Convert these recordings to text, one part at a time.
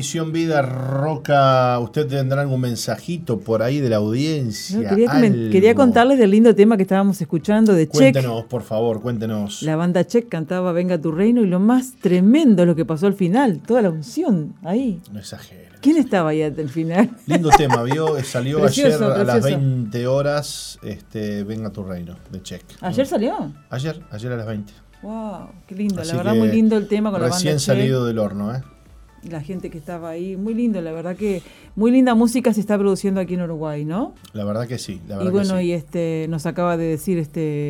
Misión Vida, Roca, ¿usted tendrá algún mensajito por ahí de la audiencia? No, quería contarles del lindo tema que estábamos escuchando de Check. Cuéntenos, por favor, cuéntenos. La banda Check cantaba Venga tu reino, y lo más tremendo es lo que pasó al final, toda la unción ahí. No exagere. ¿Quién estaba ahí hasta el final? Lindo tema, ¿vio? Salió Precioso, ayer a las precioso. 20 horas, Venga tu reino, de Check. ¿Ayer salió? Ayer a las 20. Wow, qué lindo, Así la verdad que muy lindo el tema con la banda recién Check. salido del horno, ¿eh? Y la gente que estaba ahí, muy lindo, la verdad que muy linda música se está produciendo aquí en Uruguay, ¿no? La verdad que sí, la verdad Y bueno, que sí. y nos acaba de decir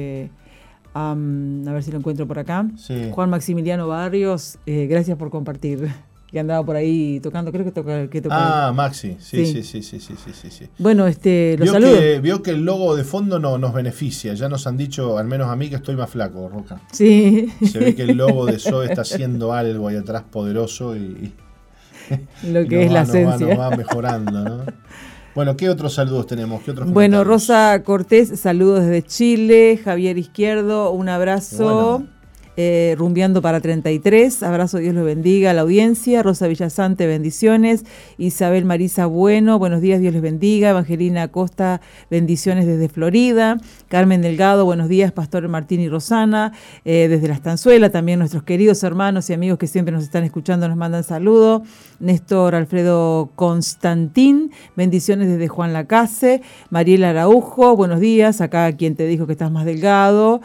a ver si lo encuentro por acá. Sí. Juan Maximiliano Barrios, gracias por compartir. Que andaba por ahí tocando, creo que toca. Maxi, sí. Bueno, lo saludo. Vio que el logo de fondo nos beneficia. Ya nos han dicho, al menos a mí, que estoy más flaco, Roca. Sí. Se ve que el logo de Zoe está haciendo algo ahí atrás poderoso y lo que es la esencia. Nos va mejorando, ¿no? Bueno, ¿qué otros saludos tenemos? ¿Qué otros bueno, comentarios? Rosa Cortés, saludos desde Chile. Javier Izquierdo, un abrazo. Bueno. Rumbeando para 33, abrazo, Dios los bendiga a la audiencia. Rosa Villasante, bendiciones. Isabel Marisa Bueno, buenos días, Dios les bendiga. Evangelina Acosta, bendiciones desde Florida. Carmen Delgado, buenos días, Pastor Martín y Rosana, desde La Estanzuela. También nuestros queridos hermanos y amigos que siempre nos están escuchando nos mandan saludos. Néstor Alfredo Constantín, bendiciones desde Juan Lacase. Mariela Araujo, buenos días, acá quien te dijo que estás más delgado.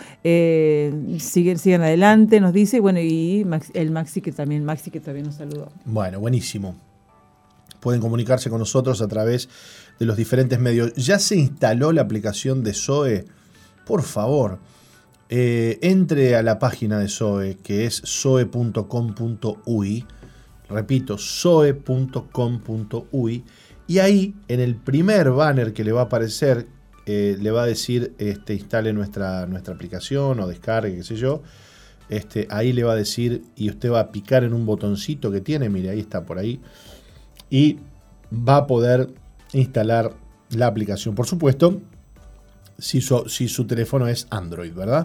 Sigan adelante. Nos dice, bueno, y Maxi que también nos saludó. Bueno, buenísimo. Pueden comunicarse con nosotros a través de los diferentes medios. ¿Ya se instaló la aplicación de Zoe? Por favor, entre a la página de Zoe, que es zoe.com.uy. Repito, zoe.com.uy. Y ahí, en el primer banner que le va a aparecer, le va a decir, instale nuestra aplicación o descargue, qué sé yo. Ahí le va a decir, y usted va a picar en un botoncito que tiene, mire, ahí está por ahí, y va a poder instalar la aplicación. Por supuesto, si su teléfono es Android, ¿verdad?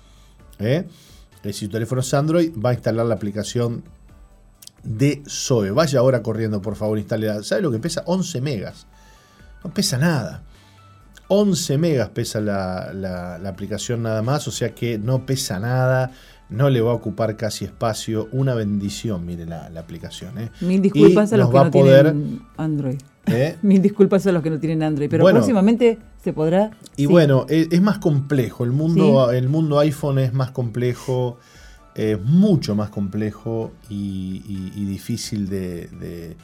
Si su teléfono es Android, va a instalar la aplicación de Zoe. Vaya ahora corriendo, por favor, instale. ¿Sabe lo que pesa? 11 megas. No pesa nada. 11 megas pesa la aplicación nada más, o sea que no pesa nada. No le va a ocupar casi espacio. Una bendición, mire la aplicación. Mil disculpas a los que no tienen Android. Mil disculpas a los que no tienen Android. Pero bueno, próximamente se podrá. Y sí. Bueno, es más complejo. El mundo iPhone es más complejo. Mucho más complejo y difícil de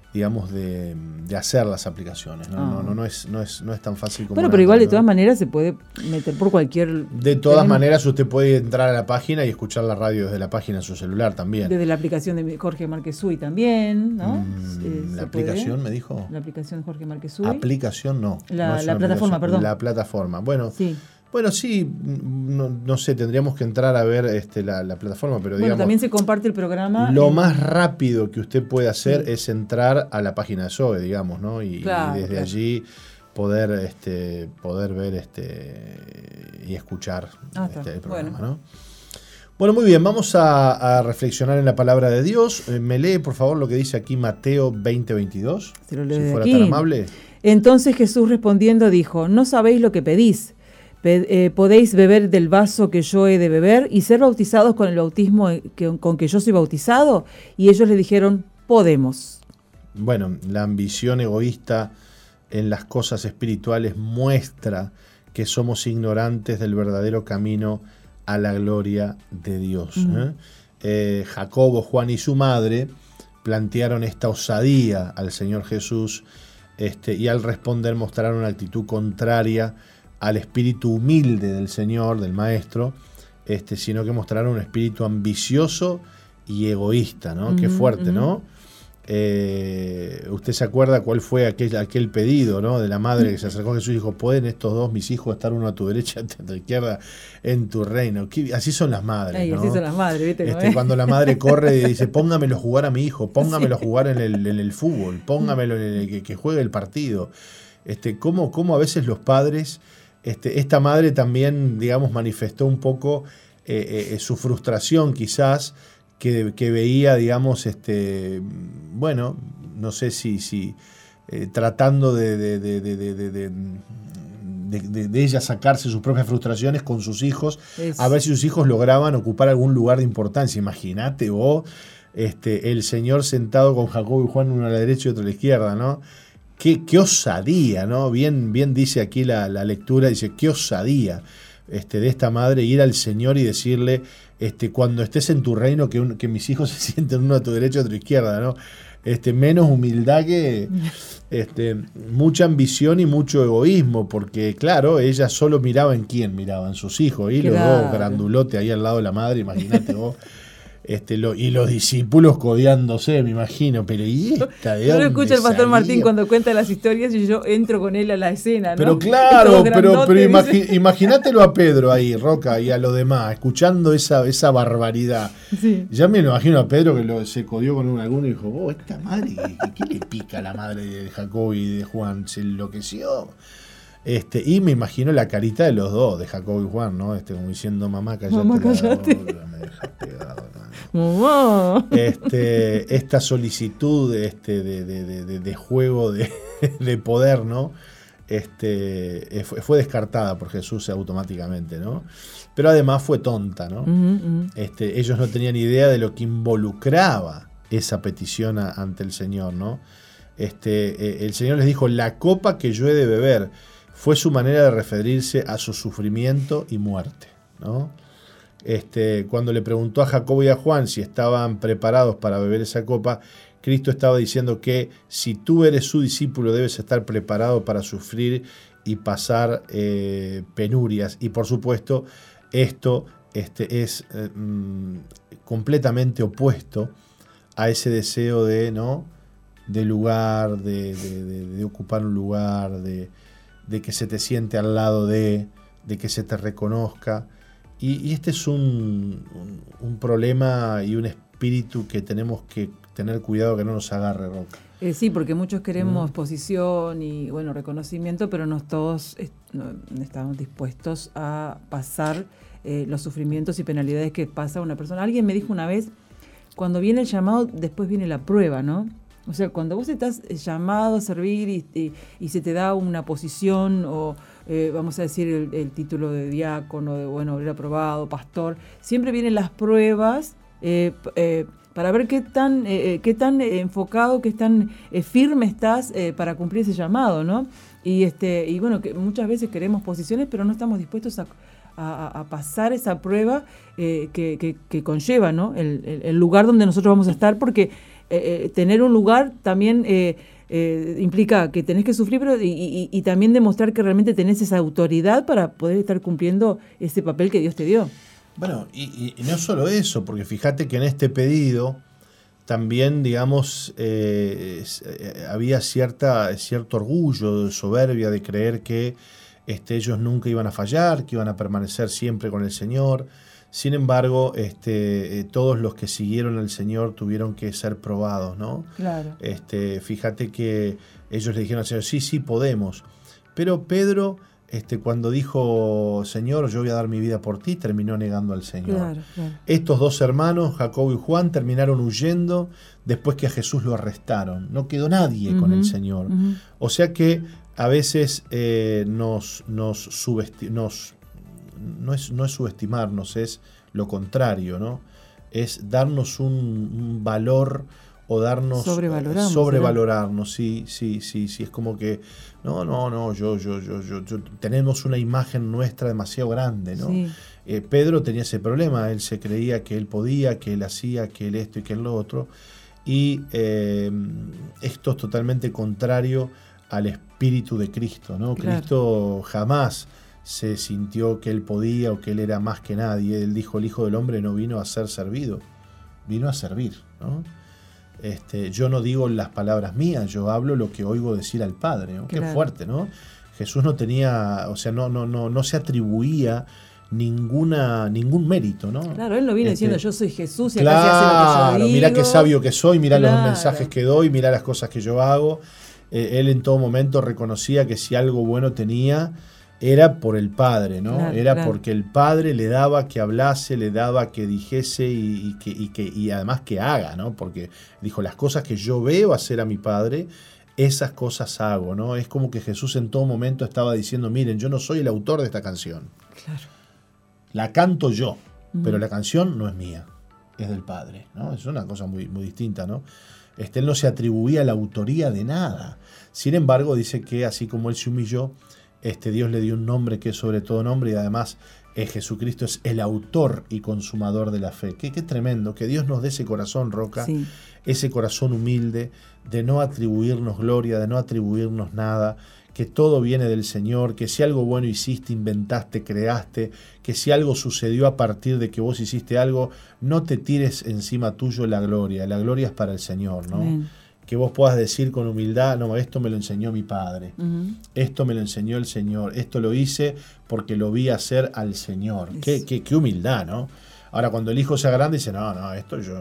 hacer las aplicaciones. No es tan fácil como... Bueno, pero igual de todas maneras se puede meter por cualquier... De todas maneras usted puede entrar a la página y escuchar la radio desde la página en su celular también. Desde la aplicación de Jorge Marquesuy también, ¿no? ¿La aplicación me dijo? La aplicación de Jorge Marquesuy. Aplicación no. La plataforma, perdón. La plataforma. Bueno, sí. Bueno, sí, no sé, tendríamos que entrar a ver la plataforma, pero digamos... Bueno, también se comparte el programa. Lo más rápido que usted puede hacer es entrar a la página de Zoe, digamos, ¿no? Y desde allí poder ver y escuchar el programa, ¿no? Bueno, muy bien, vamos a reflexionar en la palabra de Dios. Me lee, por favor, lo que dice aquí Mateo 20:22. Se lo leo si fuera aquí. tan amable. Entonces Jesús respondiendo dijo, no sabéis lo que pedís. Podéis beber del vaso que yo he de beber y ser bautizados con el bautismo con que yo soy bautizado. Y ellos le dijeron, podemos. Bueno, la ambición egoísta en las cosas espirituales muestra que somos ignorantes del verdadero camino a la gloria de Dios. Jacobo, Juan y su madre plantearon esta osadía al Señor Jesús y al responder mostraron una actitud contraria al espíritu humilde del Señor, del Maestro, sino que mostraron un espíritu ambicioso y egoísta, ¿no? Qué fuerte, ¿no? Usted se acuerda cuál fue aquel pedido, ¿no? De la madre que se acercó a Jesús y dijo, ¿pueden estos dos mis hijos estar uno a tu derecha y a tu izquierda en tu reino? Así son las madres. Ay, ¿no? Así son las madres, ¿viste? Cuando la madre corre y dice, póngamelo a jugar a mi hijo, póngamelo a jugar en el fútbol, póngamelo que juegue el partido. ¿Cómo a veces los padres, esta madre también, digamos, manifestó un poco su frustración quizás que veía, digamos, bueno, no sé si tratando de ella sacarse sus propias frustraciones con sus hijos, a ver si sus hijos lograban ocupar algún lugar de importancia. Imagínate vos, el Señor sentado con Jacobo y Juan, uno a la derecha y otro a la izquierda, ¿no? Qué osadía, ¿no? Bien dice aquí la lectura, dice, qué osadía de esta madre ir al Señor y decirle, cuando estés en tu reino, que mis hijos se sienten uno a tu derecha y otro a tu izquierda, ¿no? Menos humildad que mucha ambición y mucho egoísmo, porque claro, ella solo miraba en quién miraba, en sus hijos, y los dos grandulotes ahí al lado de la madre, imagínate vos. Y los discípulos codeándose, me imagino, pero ¿y esta de dónde Yo lo escucho el pastor salía? Martín cuando cuenta las historias y yo entro con él a la escena, ¿no? Pero claro, pero imagínatelo a Pedro ahí, Roca, y a los demás, escuchando esa barbaridad. Sí. Ya me lo imagino a Pedro que se codió con alguno y dijo, esta madre, ¿qué le pica a la madre de Jacob y de Juan? ¿Se enloqueció? Y me imagino la carita de los dos, de Jacob y Juan, ¿no? Como diciendo, mamá, cállate. Mamá, cállate. Me dejas pegado, mamá. Esta solicitud de juego de poder, ¿no? Fue descartada por Jesús automáticamente, ¿no? Pero además fue tonta, ¿no? Ellos no tenían idea de lo que involucraba esa petición ante el Señor, ¿no? El Señor les dijo, la copa que yo he de beber. Fue su manera de referirse a su sufrimiento y muerte, ¿no? Cuando le preguntó a Jacobo y a Juan si estaban preparados para beber esa copa, Cristo estaba diciendo que si tú eres su discípulo debes estar preparado para sufrir y pasar penurias. Y por supuesto, esto es completamente opuesto a ese deseo de lugar, de ocupar un lugar, de que se te siente al lado de que se te reconozca. Y este es un problema y un espíritu que tenemos que tener cuidado que no nos agarre, Roca. Sí, porque muchos queremos posición y reconocimiento, pero no todos no estamos dispuestos a pasar los sufrimientos y penalidades que pasa una persona. Alguien me dijo una vez, cuando viene el llamado, después viene la prueba, ¿no? O sea, cuando vos estás llamado a servir y se te da una posición o, vamos a decir, el título de diácono, de obrero aprobado, pastor, siempre vienen las pruebas para ver qué tan enfocado, qué tan firme estás para cumplir ese llamado, ¿no? Y que muchas veces queremos posiciones, pero no estamos dispuestos a pasar esa prueba que conlleva, ¿no? El lugar donde nosotros vamos a estar, porque tener un lugar también implica que tenés que sufrir, pero y también demostrar que realmente tenés esa autoridad para poder estar cumpliendo ese papel que Dios te dio. Bueno, y no solo eso, porque fíjate que en este pedido también, digamos, había cierto orgullo, soberbia de creer que ellos nunca iban a fallar, que iban a permanecer siempre con el Señor. Sin embargo, todos los que siguieron al Señor tuvieron que ser probados, ¿no? Claro. Fíjate que ellos le dijeron al Señor, sí, podemos. Pero Pedro, cuando dijo, Señor, yo voy a dar mi vida por ti, terminó negando al Señor. Claro. Estos dos hermanos, Jacobo y Juan, terminaron huyendo después que a Jesús lo arrestaron. No quedó nadie con el Señor. O sea que a veces no es subestimarnos, es lo contrario, ¿no? Es darnos un valor o darnos sobrevalorarnos, sí, es como que yo tenemos una imagen nuestra demasiado grande, ¿no? Sí. Pedro tenía ese problema, él se creía que él podía, que él hacía, que él esto y que él lo otro, y esto es totalmente contrario al espíritu de Cristo, ¿no? Claro. Cristo jamás se sintió que él podía o que él era más que nadie. Él dijo, el Hijo del Hombre no vino a ser servido, vino a servir, ¿no? Yo no digo las palabras mías, yo hablo lo que oigo decir al Padre, ¿no? Claro. Qué fuerte, ¿no? Jesús no tenía, o sea, no se atribuía ningún mérito, ¿no? Claro, él no vino diciendo yo soy Jesús y claro, acá se hace lo que yo digo. Mirá qué sabio que soy, mirá los mensajes que doy, mirá las cosas que yo hago. Él en todo momento reconocía que si algo bueno tenía, era por el Padre, ¿no? Claro, era claro. porque el Padre le daba que hablase, le daba que dijese y además que haga, ¿no? Porque dijo, las cosas que yo veo hacer a mi Padre, esas cosas hago, ¿no? Es como que Jesús en todo momento estaba diciendo, miren, yo no soy el autor de esta canción. Claro. La canto yo, pero la canción no es mía, es del Padre, ¿no? Es una cosa muy, muy distinta, ¿no? Él no se atribuía la autoría de nada. Sin embargo, dice que así como él se humilló, Dios le dio un nombre que es sobre todo nombre y además Jesucristo es el autor y consumador de la fe. Qué tremendo, que Dios nos dé ese corazón, Roca, Sí. ese corazón humilde de no atribuirnos gloria, de no atribuirnos nada, que todo viene del Señor, que si algo bueno hiciste, inventaste, creaste, que si algo sucedió a partir de que vos hiciste algo, no te tires encima tuyo la gloria es para el Señor, ¿no? Amén. Que vos puedas decir con humildad, no, esto me lo enseñó mi Padre, esto me lo enseñó el Señor, esto lo hice porque lo vi hacer al Señor. Qué humildad, ¿no? Ahora, cuando el hijo sea grande, dice, no, esto es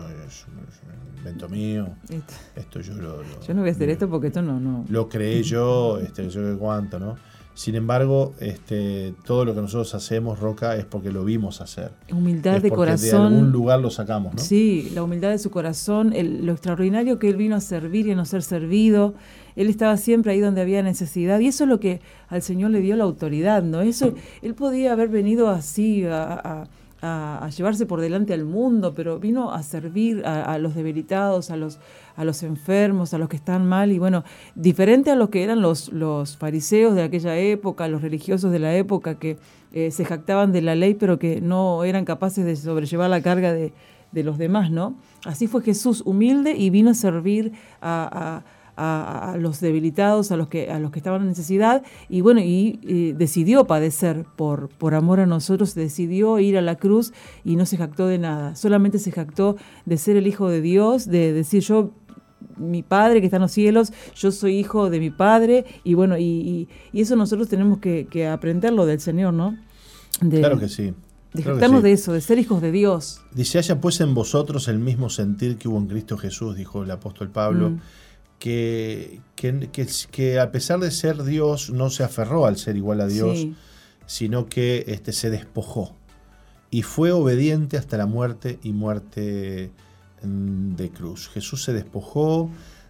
un invento mío, esto yo yo no voy a hacer esto porque esto no. Lo creé yo, yo qué cuánto, ¿no? Sin embargo, todo lo que nosotros hacemos, Roca, es porque lo vimos hacer. Humildad es de porque corazón. de algún lugar lo sacamos, ¿no? Sí, la humildad de su corazón, lo extraordinario que él vino a servir y a no ser servido. Él estaba siempre ahí donde había necesidad y eso es lo que al Señor le dio la autoridad, ¿no? Eso, él podía haber venido así a llevarse por delante al mundo, pero vino a servir a los debilitados, a los enfermos, a los que están mal, y bueno, diferente a lo que eran los fariseos de aquella época, los religiosos de la época que se jactaban de la ley, pero que no eran capaces de sobrellevar la carga de los demás, ¿no? Así fue Jesús, humilde, y vino a servir a los debilitados, a los que estaban en necesidad, y bueno, decidió padecer por amor a nosotros, decidió ir a la cruz y no se jactó de nada, solamente se jactó de ser el Hijo de Dios, de decir yo, mi Padre que está en los cielos, yo soy hijo de mi Padre, y bueno, y eso nosotros tenemos que aprenderlo del Señor, ¿no? Claro que sí. De jactarnos de eso, de ser hijos de Dios. Dice, haya pues en vosotros el mismo sentir que hubo en Cristo Jesús, dijo el apóstol Pablo, que a pesar de ser Dios no se aferró al ser igual a Dios, Sí. sino que se despojó y fue obediente hasta la muerte y muerte de cruz. Jesús se despojó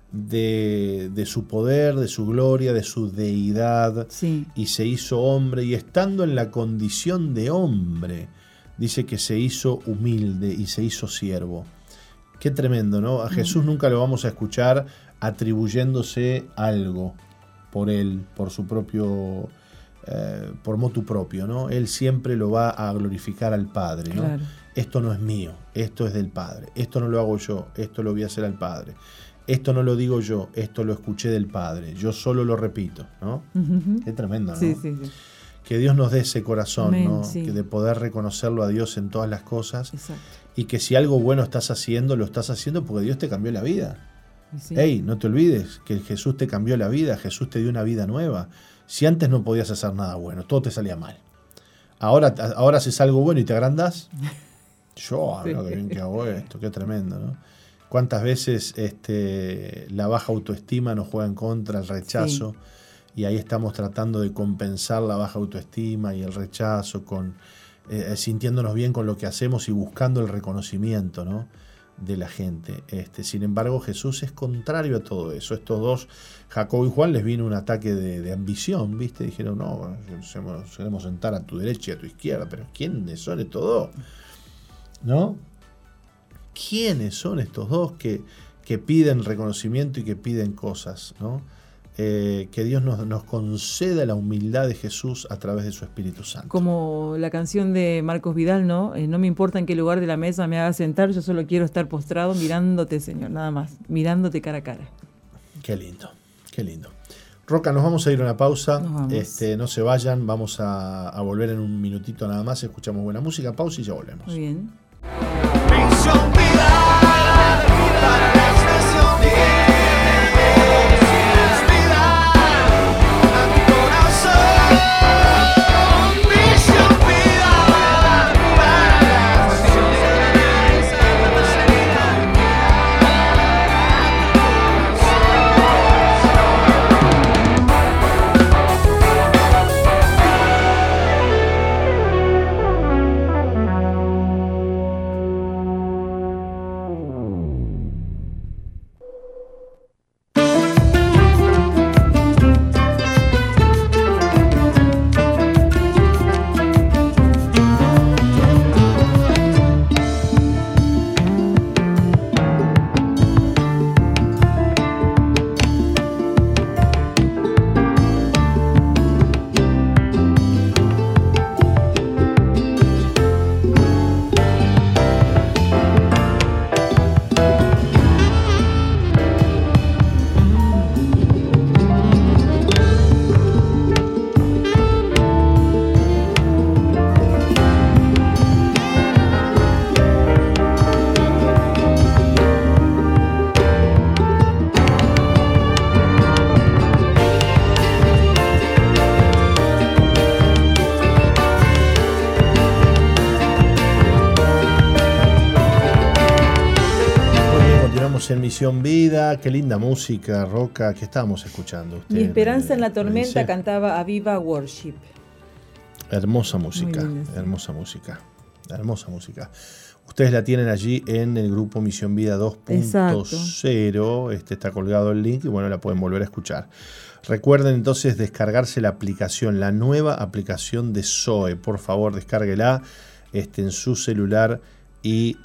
de su poder, de su gloria, de su deidad, Sí. y se hizo hombre, y estando en la condición de hombre, dice que se hizo humilde y se hizo siervo. Qué tremendo, ¿no? A Jesús nunca lo vamos a escuchar atribuyéndose algo por él, por su propio, por motu propio, ¿no? Él siempre lo va a glorificar al Padre, ¿no? Claro. Esto no es mío, esto es del Padre, esto no lo hago yo, esto lo voy a hacer al Padre, esto no lo digo yo, esto lo escuché del Padre, yo solo lo repito, ¿no? Qué tremendo, ¿no? Sí. Que Dios nos dé ese corazón, Amén, ¿no? sí. Que de poder reconocerlo a Dios en todas las cosas. Exacto. Y que si algo bueno estás haciendo, lo estás haciendo porque Dios te cambió la vida. Sí. Ey, no te olvides que Jesús te cambió la vida, Jesús te dio una vida nueva. Si antes no podías hacer nada bueno, todo te salía mal. Ahora haces algo bueno y te agrandás. Yo, qué bien que hago esto, qué tremendo, ¿no? Cuántas veces la baja autoestima nos juega en contra, el rechazo, Sí. y ahí estamos tratando de compensar la baja autoestima y el rechazo con sintiéndonos bien con lo que hacemos y buscando el reconocimiento, ¿no?, de la gente. Sin embargo, Jesús es contrario a todo eso. Estos dos, Jacobo y Juan, les vino un ataque de ambición, ¿viste? Dijeron, no, queremos sentar a tu derecha y a tu izquierda, pero ¿quiénes son estos dos? ¿No? ¿Quiénes son estos dos que piden reconocimiento y que piden cosas, ¿no? Que Dios nos conceda la humildad de Jesús a través de su Espíritu Santo. Como la canción de Marcos Vidal, ¿no? No me importa en qué lugar de la mesa me hagas sentar, yo solo quiero estar postrado mirándote, Señor, nada más, mirándote cara a cara. Qué lindo, qué lindo. Roca, nos vamos a ir a una pausa. Nos vamos. No se vayan, vamos a volver en un minutito nada más. Escuchamos buena música, pausa y ya volvemos. Muy bien. Misión vida, para la expresión de Dios, vida a mi corazón. Misión vida, para la expresión de Dios, vida. Seguimos en Misión Vida. Qué linda música, Roca. ¿Qué estábamos escuchando? Usted Mi esperanza en la me tormenta dice. cantaba Aviva Worship. Hermosa música, Muy bien, sí. hermosa música, hermosa música. Ustedes la tienen allí en el grupo Misión Vida 2.0. Está colgado el link y bueno, la pueden volver a escuchar. Recuerden entonces descargarse la aplicación, la nueva aplicación de Zoe. Por favor, descárguela en su celular y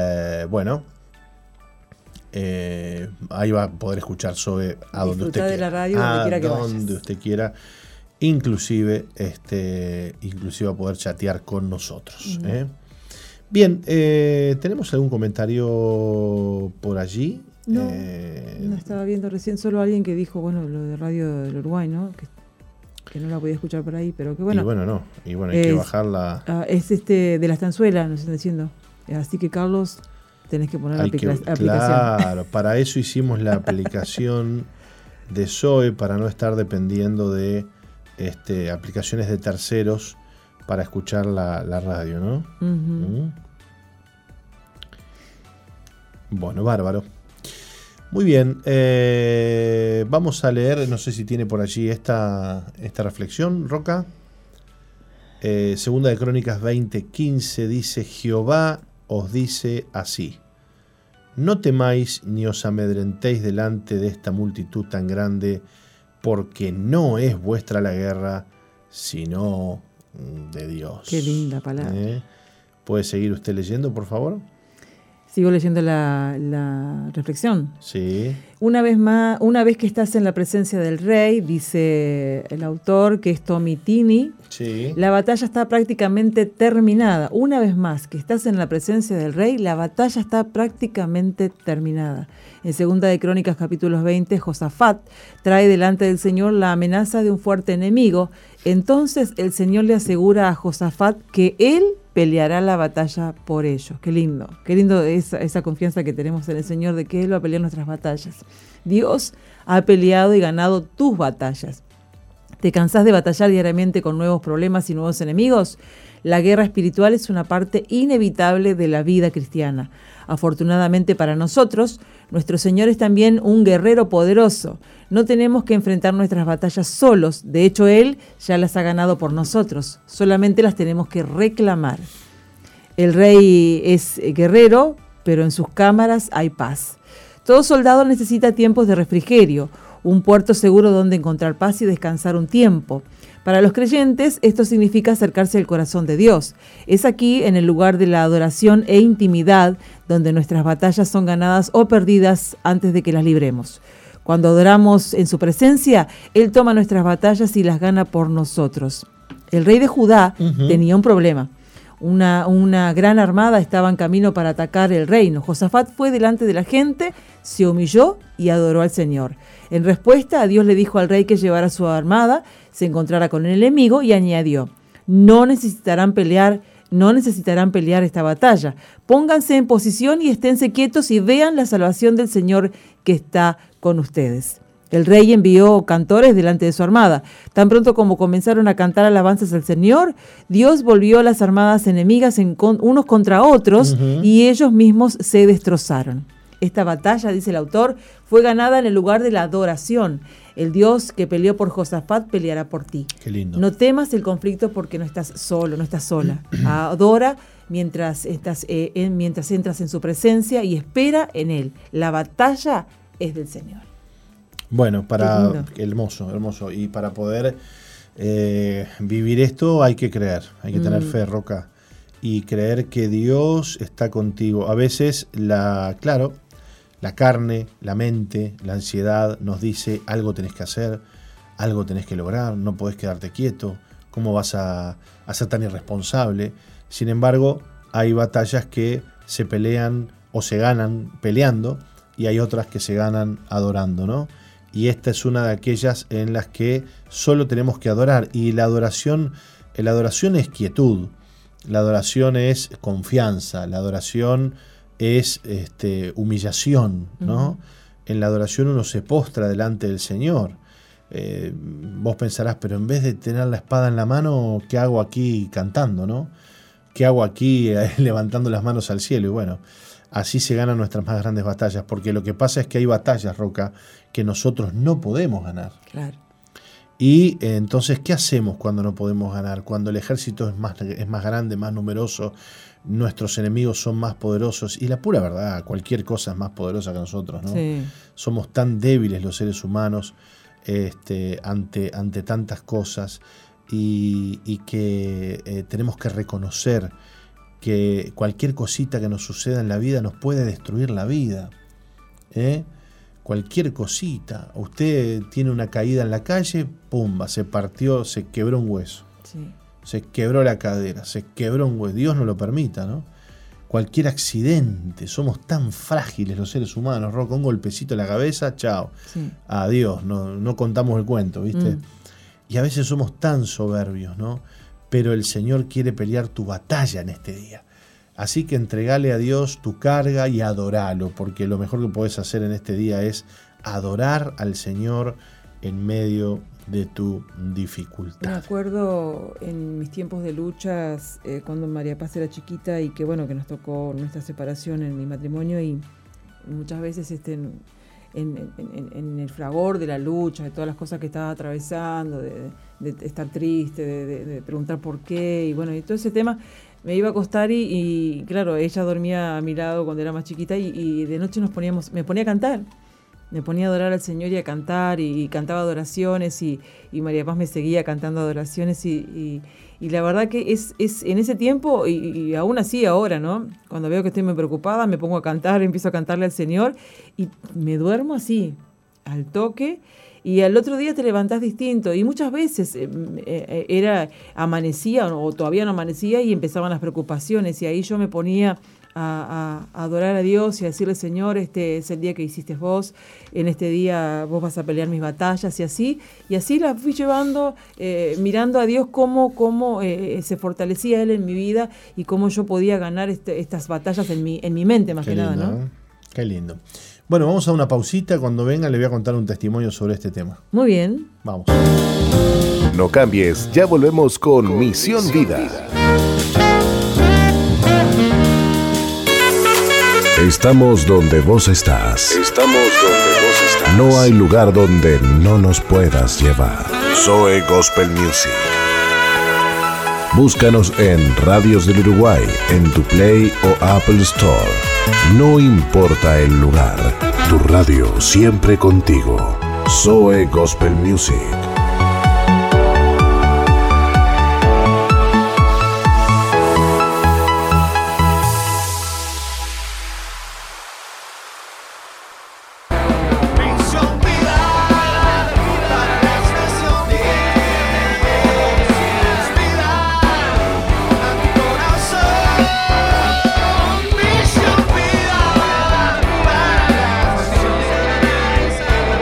ahí va a poder escuchar Zoe a donde usted Disfrutar de quiera. la radio donde quiera que donde vayas. usted quiera. Inclusive a poder chatear con nosotros. Bien, ¿tenemos algún comentario por allí? No, no estaba viendo recién solo alguien que dijo, bueno, lo de Radio del Uruguay, ¿no? Que no la podía escuchar por ahí, pero que bueno. Y bueno, hay que bajarla. Es de la estanzuela, nos están diciendo. Así que, Carlos, tenés que poner la aplicación. Claro, para eso hicimos la aplicación de Zoe, para no estar dependiendo de aplicaciones de terceros para escuchar la radio, ¿no? Bueno, bárbaro. Muy bien, vamos a leer, no sé si tiene por allí esta reflexión, Roca. Segunda de Crónicas 20:15 dice: Jehová os dice así: no temáis ni os amedrentéis delante de esta multitud tan grande, porque no es vuestra la guerra, sino de Dios. Qué linda palabra. ¿Puede seguir usted leyendo, por favor? Sigo leyendo la reflexión. Sí. Una vez que estás en la presencia del rey, dice el autor, que es Tommy Tini, Sí. la batalla está prácticamente terminada. Una vez más que estás en la presencia del rey, la batalla está prácticamente terminada. En Segunda de Crónicas, capítulos 20, Josafat trae delante del Señor la amenaza de un fuerte enemigo. Entonces el Señor le asegura a Josafat que él peleará la batalla por ellos. Qué lindo esa confianza que tenemos en el Señor de que Él va a pelear nuestras batallas. Dios ha peleado y ganado tus batallas. ¿Te cansás de batallar diariamente con nuevos problemas y nuevos enemigos? La guerra espiritual es una parte inevitable de la vida cristiana. Afortunadamente para nosotros, nuestro Señor es también un guerrero poderoso. No tenemos que enfrentar nuestras batallas solos. De hecho, Él ya las ha ganado por nosotros. Solamente las tenemos que reclamar. El rey es guerrero, pero en sus cámaras hay paz. Todo soldado necesita tiempos de refrigerio, un puerto seguro donde encontrar paz y descansar un tiempo. Para los creyentes, esto significa acercarse al corazón de Dios. Es aquí, en el lugar de la adoración e intimidad, donde nuestras batallas son ganadas o perdidas antes de que las libremos. Cuando adoramos en su presencia, Él toma nuestras batallas y las gana por nosotros. El rey de Judá tenía un problema. Una gran armada estaba en camino para atacar el reino. Josafat fue delante de la gente, se humilló y adoró al Señor. En respuesta, Dios le dijo al rey que llevara su armada, se encontrara con el enemigo y añadió: no necesitarán pelear esta batalla. Pónganse en posición y esténse quietos y vean la salvación del Señor que está con ustedes. El rey envió cantores delante de su armada. Tan pronto como comenzaron a cantar alabanzas al Señor, Dios volvió a las armadas enemigas unos contra otros y ellos mismos se destrozaron. Esta batalla, dice el autor, fue ganada en el lugar de la adoración. El Dios que peleó por Josafat peleará por ti. Qué lindo. No temas el conflicto porque no estás solo, no estás sola. Adora mientras entras en su presencia y espera en Él. La batalla es del Señor. Bueno, hermoso. Y para poder vivir esto hay que creer, hay que tener fe, Roca, y creer que Dios está contigo. A veces la carne, la mente, la ansiedad nos dice: algo tenés que hacer, algo tenés que lograr, no podés quedarte quieto, ¿cómo vas a ser tan irresponsable? Sin embargo, hay batallas que se pelean o se ganan peleando y hay otras que se ganan adorando, ¿no? Y esta es una de aquellas en las que solo tenemos que adorar. Y la adoración es quietud, la adoración es confianza, la adoración es humillación, ¿no? En la adoración uno se postra delante del Señor. Vos pensarás, pero en vez de tener la espada en la mano, ¿qué hago aquí cantando, no? ¿Qué hago aquí levantando las manos al cielo? Y bueno, así se ganan nuestras más grandes batallas, porque lo que pasa es que hay batallas, Roca, que nosotros no podemos ganar. Claro. Y entonces, ¿qué hacemos cuando no podemos ganar? Cuando el ejército es más grande, más numeroso, nuestros enemigos son más poderosos, y la pura verdad, cualquier cosa es más poderosa que nosotros, ¿no? Sí. Somos tan débiles los seres humanos ante tantas cosas, y que tenemos que reconocer que cualquier cosita que nos suceda en la vida nos puede destruir la vida. Cualquier cosita. Usted tiene una caída en la calle, pumba, se partió, se quebró un hueso. Sí. Se quebró la cadera, se quebró un hueso. Dios no lo permita, ¿no? Cualquier accidente. Somos tan frágiles los seres humanos, Roca. Un golpecito en la cabeza, chao. Sí. Adiós, no contamos el cuento, ¿viste? Y a veces somos tan soberbios, ¿no? Pero el Señor quiere pelear tu batalla en este día. Así que entregale a Dios tu carga y adoralo, porque lo mejor que puedes hacer en este día es adorar al Señor en medio de tu dificultad. Me acuerdo en mis tiempos de luchas, cuando María Paz era chiquita y que bueno, que nos tocó nuestra separación en mi matrimonio, y muchas veces en el fragor de la lucha, de todas las cosas que estaba atravesando, de estar triste, de preguntar por qué, y bueno, y todo ese tema me iba a acostar y claro, ella dormía a mi lado cuando era más chiquita, y de noche me ponía a cantar. Me ponía a adorar al Señor y a cantar, y cantaba adoraciones, y María Paz me seguía cantando adoraciones, y la verdad que es en ese tiempo, y aún así ahora, ¿no? Cuando veo que estoy muy preocupada, me pongo a cantar, empiezo a cantarle al Señor, y me duermo así, al toque, y al otro día te levantás distinto. Y muchas veces amanecía, o todavía no amanecía, y empezaban las preocupaciones, y ahí yo me ponía a adorar a Dios y a decirle: Señor, este es el día que hiciste vos, en este día vos vas a pelear mis batallas, y así la fui llevando, mirando a Dios cómo se fortalecía Él en mi vida, y cómo yo podía ganar estas batallas en mi mente, más que nada, ¿no? Qué lindo. Bueno, vamos a una pausita. Cuando venga le voy a contar un testimonio sobre este tema. Muy bien. Vamos. No cambies, ya volvemos con Misión Vida. Estamos donde vos estás. No hay lugar donde no nos puedas llevar. Zoe Gospel Music. Búscanos en Radios del Uruguay, en tu Play o Apple Store. No importa el lugar, tu radio siempre contigo. Zoe Gospel Music. Misión Vida, para las naciones. Vida a mi corazón. Misión Vida, para las naciones.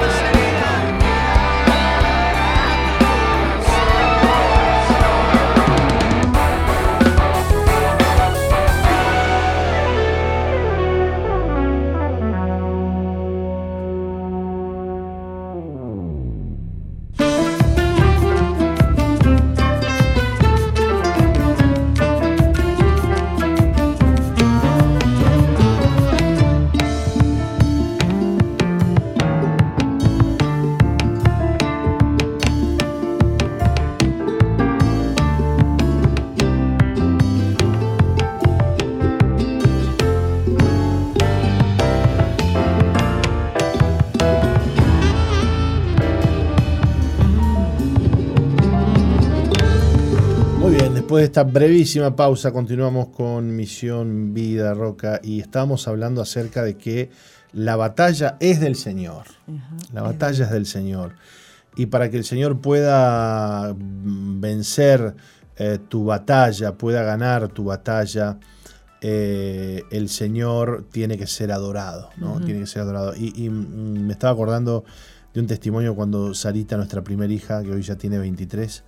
Después de esta brevísima pausa continuamos con Misión Vida, Roca, y estábamos hablando acerca de que la batalla es del Señor. La batalla es del Señor. Y para que el Señor pueda vencer tu batalla, pueda ganar tu batalla, el Señor tiene que ser adorado, ¿no? Tiene que ser adorado. Y me estaba acordando de un testimonio cuando Sarita, nuestra primera hija, que hoy ya tiene 23,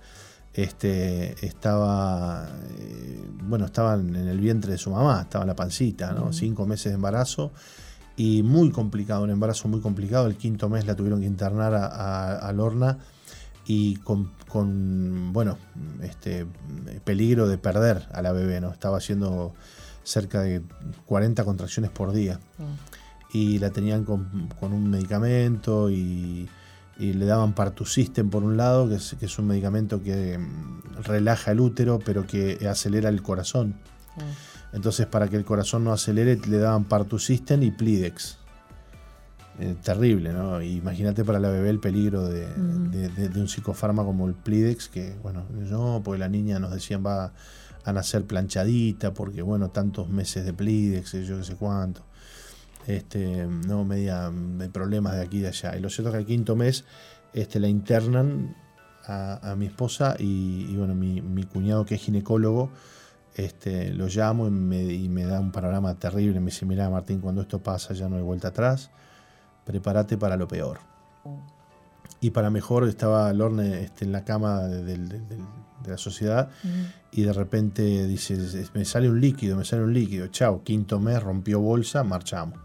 estaba en el vientre de su mamá, estaba en la pancita, ¿no? 5 meses de embarazo, y muy complicado, un embarazo muy complicado. El 5.º mes la tuvieron que internar a Lorna, y con peligro de perder a la bebé, ¿no? Estaba siendo cerca de 40 contracciones por día. Y la tenían con un medicamento y le daban Partusystem por un lado, que es un medicamento que relaja el útero, pero que acelera el corazón. Entonces, para que el corazón no acelere, le daban Partusystem y Plidex. Terrible, ¿no? Imagínate para la bebé el peligro de un psicofármaco como el Plidex, que, bueno, no, porque la niña nos decían va a nacer planchadita, porque, bueno, tantos meses de Plidex, yo qué sé cuánto. No, media de problemas de aquí y de allá. Y lo cierto es que al quinto mes la internan a mi esposa y bueno, mi cuñado, que es ginecólogo, lo llamo y me da un panorama terrible. Me dice: mirá, Martín, cuando esto pasa ya no hay vuelta atrás, prepárate para lo peor. Y para mejor, estaba Lorne en la cama de la sociedad, y de repente dice: me sale un líquido, chao, quinto mes, rompió bolsa, marchamos.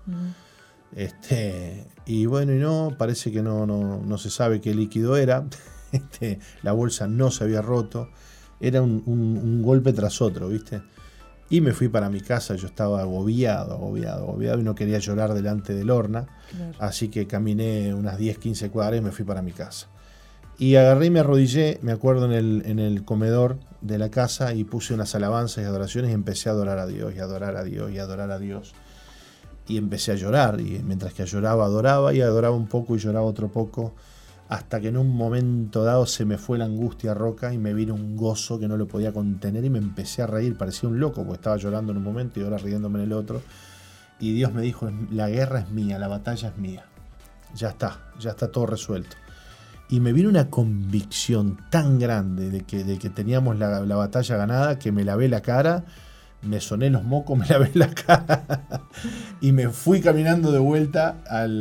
Y bueno, y no, parece que no se sabe qué líquido era. La bolsa no se había roto, era un golpe tras otro, ¿viste? Y me fui para mi casa. Yo estaba agobiado y no quería llorar delante de Lorna. Claro. Así que caminé unas 10-15 cuadras y me fui para mi casa. Y agarré y me arrodillé, me acuerdo, en el comedor de la casa, y puse unas alabanzas y adoraciones y empecé a adorar a Dios y adorar a Dios y adorar a Dios. Y empecé a llorar, y mientras que lloraba, adoraba, y adoraba un poco y lloraba otro poco, hasta que en un momento dado se me fue la angustia roca y me vino un gozo que no lo podía contener, y me empecé a reír. Parecía un loco, porque estaba llorando en un momento y ahora riéndome en el otro. Y Dios me dijo: la guerra es mía, la batalla es mía. Ya está todo resuelto. Y me vino una convicción tan grande de que teníamos la batalla ganada, que me lavé la cara, me soné los mocos, me lavé la cara y me fui caminando de vuelta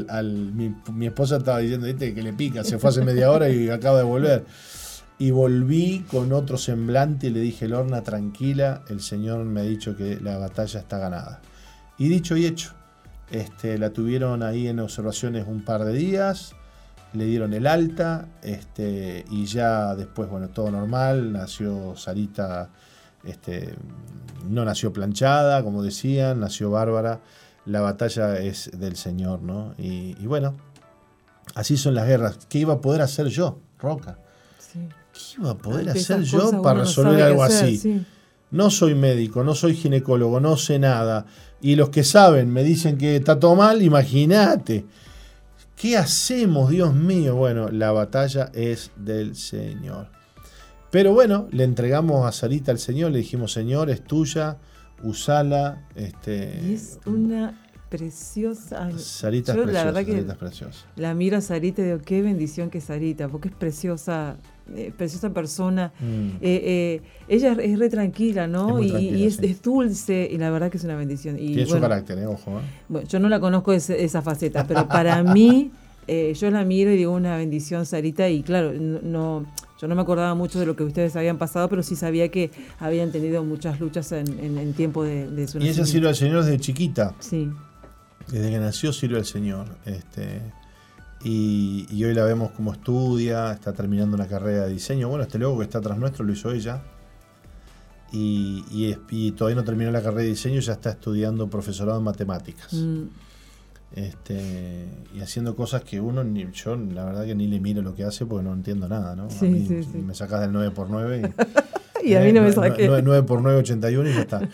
mi esposa estaba diciendo: ¿viste? Que le pica, se fue hace media hora y acaba de volver. Y volví con otro semblante y le dije: Lorna, tranquila, el Señor me ha dicho que la batalla está ganada. Y dicho y hecho, la tuvieron ahí en observaciones un par de días, le dieron el alta, y ya después, bueno, todo normal. Nació Sarita, no nació planchada, como decían, nació bárbara. La batalla es del Señor, ¿no? Y bueno, así son las guerras. ¿Qué iba a poder hacer yo, Roca? Sí. ¿Qué iba a poder hacer yo para resolver algo así? Sí. No soy médico, no soy ginecólogo, no sé nada. Y los que saben me dicen que está todo mal, imagínate. ¿Qué hacemos, Dios mío? Bueno, la batalla es del Señor. Pero bueno, le entregamos a Sarita al Señor, le dijimos: Señor, es tuya, usala. Y es una preciosa. Sarita es preciosa, Sarita es preciosa. La miro a Sarita y digo: qué bendición que es Sarita, porque es preciosa persona. Ella es re tranquila, ¿no? Y es dulce, y la verdad que es una bendición. Y tiene su carácter, ojo. Bueno, yo no la conozco esa faceta, pero para mí, yo la miro y digo: una bendición, Sarita. Y claro, yo no me acordaba mucho de lo que ustedes habían pasado, pero sí sabía que habían tenido muchas luchas en tiempo de su nacimiento. Y ella sirve al Señor desde chiquita. Sí. Desde que nació sirve al Señor. Y hoy la vemos como estudia, está terminando una carrera de diseño. Bueno, este logo que está atrás nuestro lo hizo ella. Y todavía no terminó la carrera de diseño, ya está estudiando profesorado en matemáticas. Y haciendo cosas que yo la verdad que ni le miro lo que hace, porque no entiendo nada, ¿no? Sí, a mí sí. Me sacás del 9x9 y a mí no me saqué 9x9, 81 y ya está.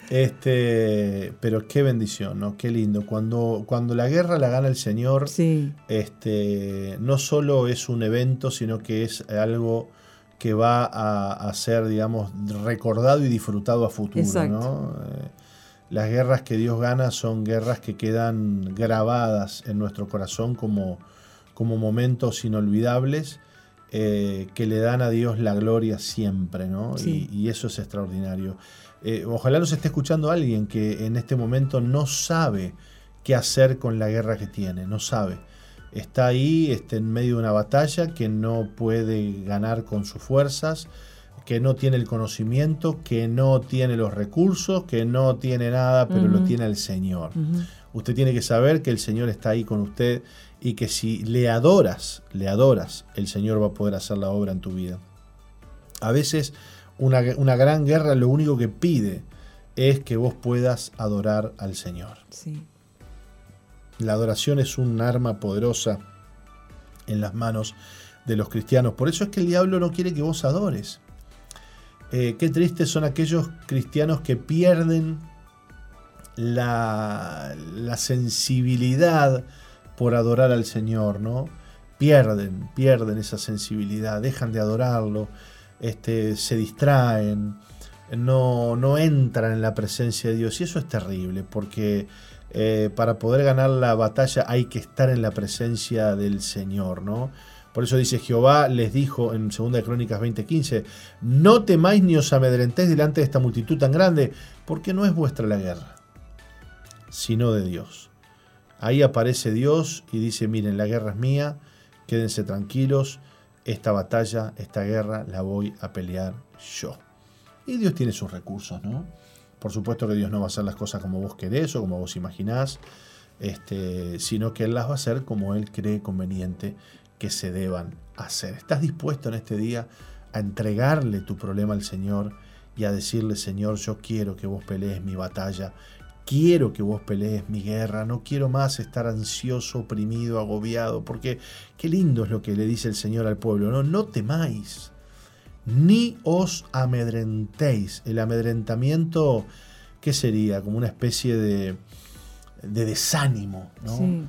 Pero qué bendición, ¿no? Qué lindo. Cuando la guerra la gana el Señor, sí. No solo es un evento, sino que es algo que va a ser, digamos, recordado y disfrutado a futuro. Exacto. ¿No? Las guerras que Dios gana son guerras que quedan grabadas en nuestro corazón como momentos inolvidables, que le dan a Dios la gloria siempre, ¿no? Sí. Y eso es extraordinario. Ojalá nos esté escuchando alguien que en este momento no sabe qué hacer con la guerra que tiene, no sabe. Está ahí, en medio de una batalla que no puede ganar con sus fuerzas, que no tiene el conocimiento, que no tiene los recursos, que no tiene nada, pero lo tiene el Señor. Usted tiene que saber que el Señor está ahí con usted, y que si le adoras, el Señor va a poder hacer la obra en tu vida. A veces una gran guerra lo único que pide es que vos puedas adorar al Señor. Sí. La adoración es un arma poderosa en las manos de los cristianos. Por eso es que el diablo no quiere que vos adores. Qué tristes son aquellos cristianos que pierden la sensibilidad por adorar al Señor, ¿no? Pierden esa sensibilidad, dejan de adorarlo, se distraen, no entran en la presencia de Dios. Y eso es terrible, porque para poder ganar la batalla hay que estar en la presencia del Señor, ¿no? Por eso dice Jehová, les dijo en 2 Crónicas 20:15, no temáis ni os amedrentéis delante de esta multitud tan grande, porque no es vuestra la guerra, sino de Dios. Ahí aparece Dios y dice, miren, la guerra es mía, quédense tranquilos, esta batalla, esta guerra la voy a pelear yo. Y Dios tiene sus recursos, ¿no? Por supuesto que Dios no va a hacer las cosas como vos querés o como vos imaginás, sino que Él las va a hacer como Él cree conveniente que se deban hacer. ¿Estás dispuesto en este día a entregarle tu problema al Señor y a decirle, Señor, yo quiero que vos pelees mi batalla, quiero que vos pelees mi guerra, no quiero más estar ansioso, oprimido, agobiado, porque qué lindo es lo que le dice el Señor al pueblo, ¿no? No temáis, ni os amedrentéis. El amedrentamiento, ¿qué sería? Como una especie de desánimo, ¿no? Sí.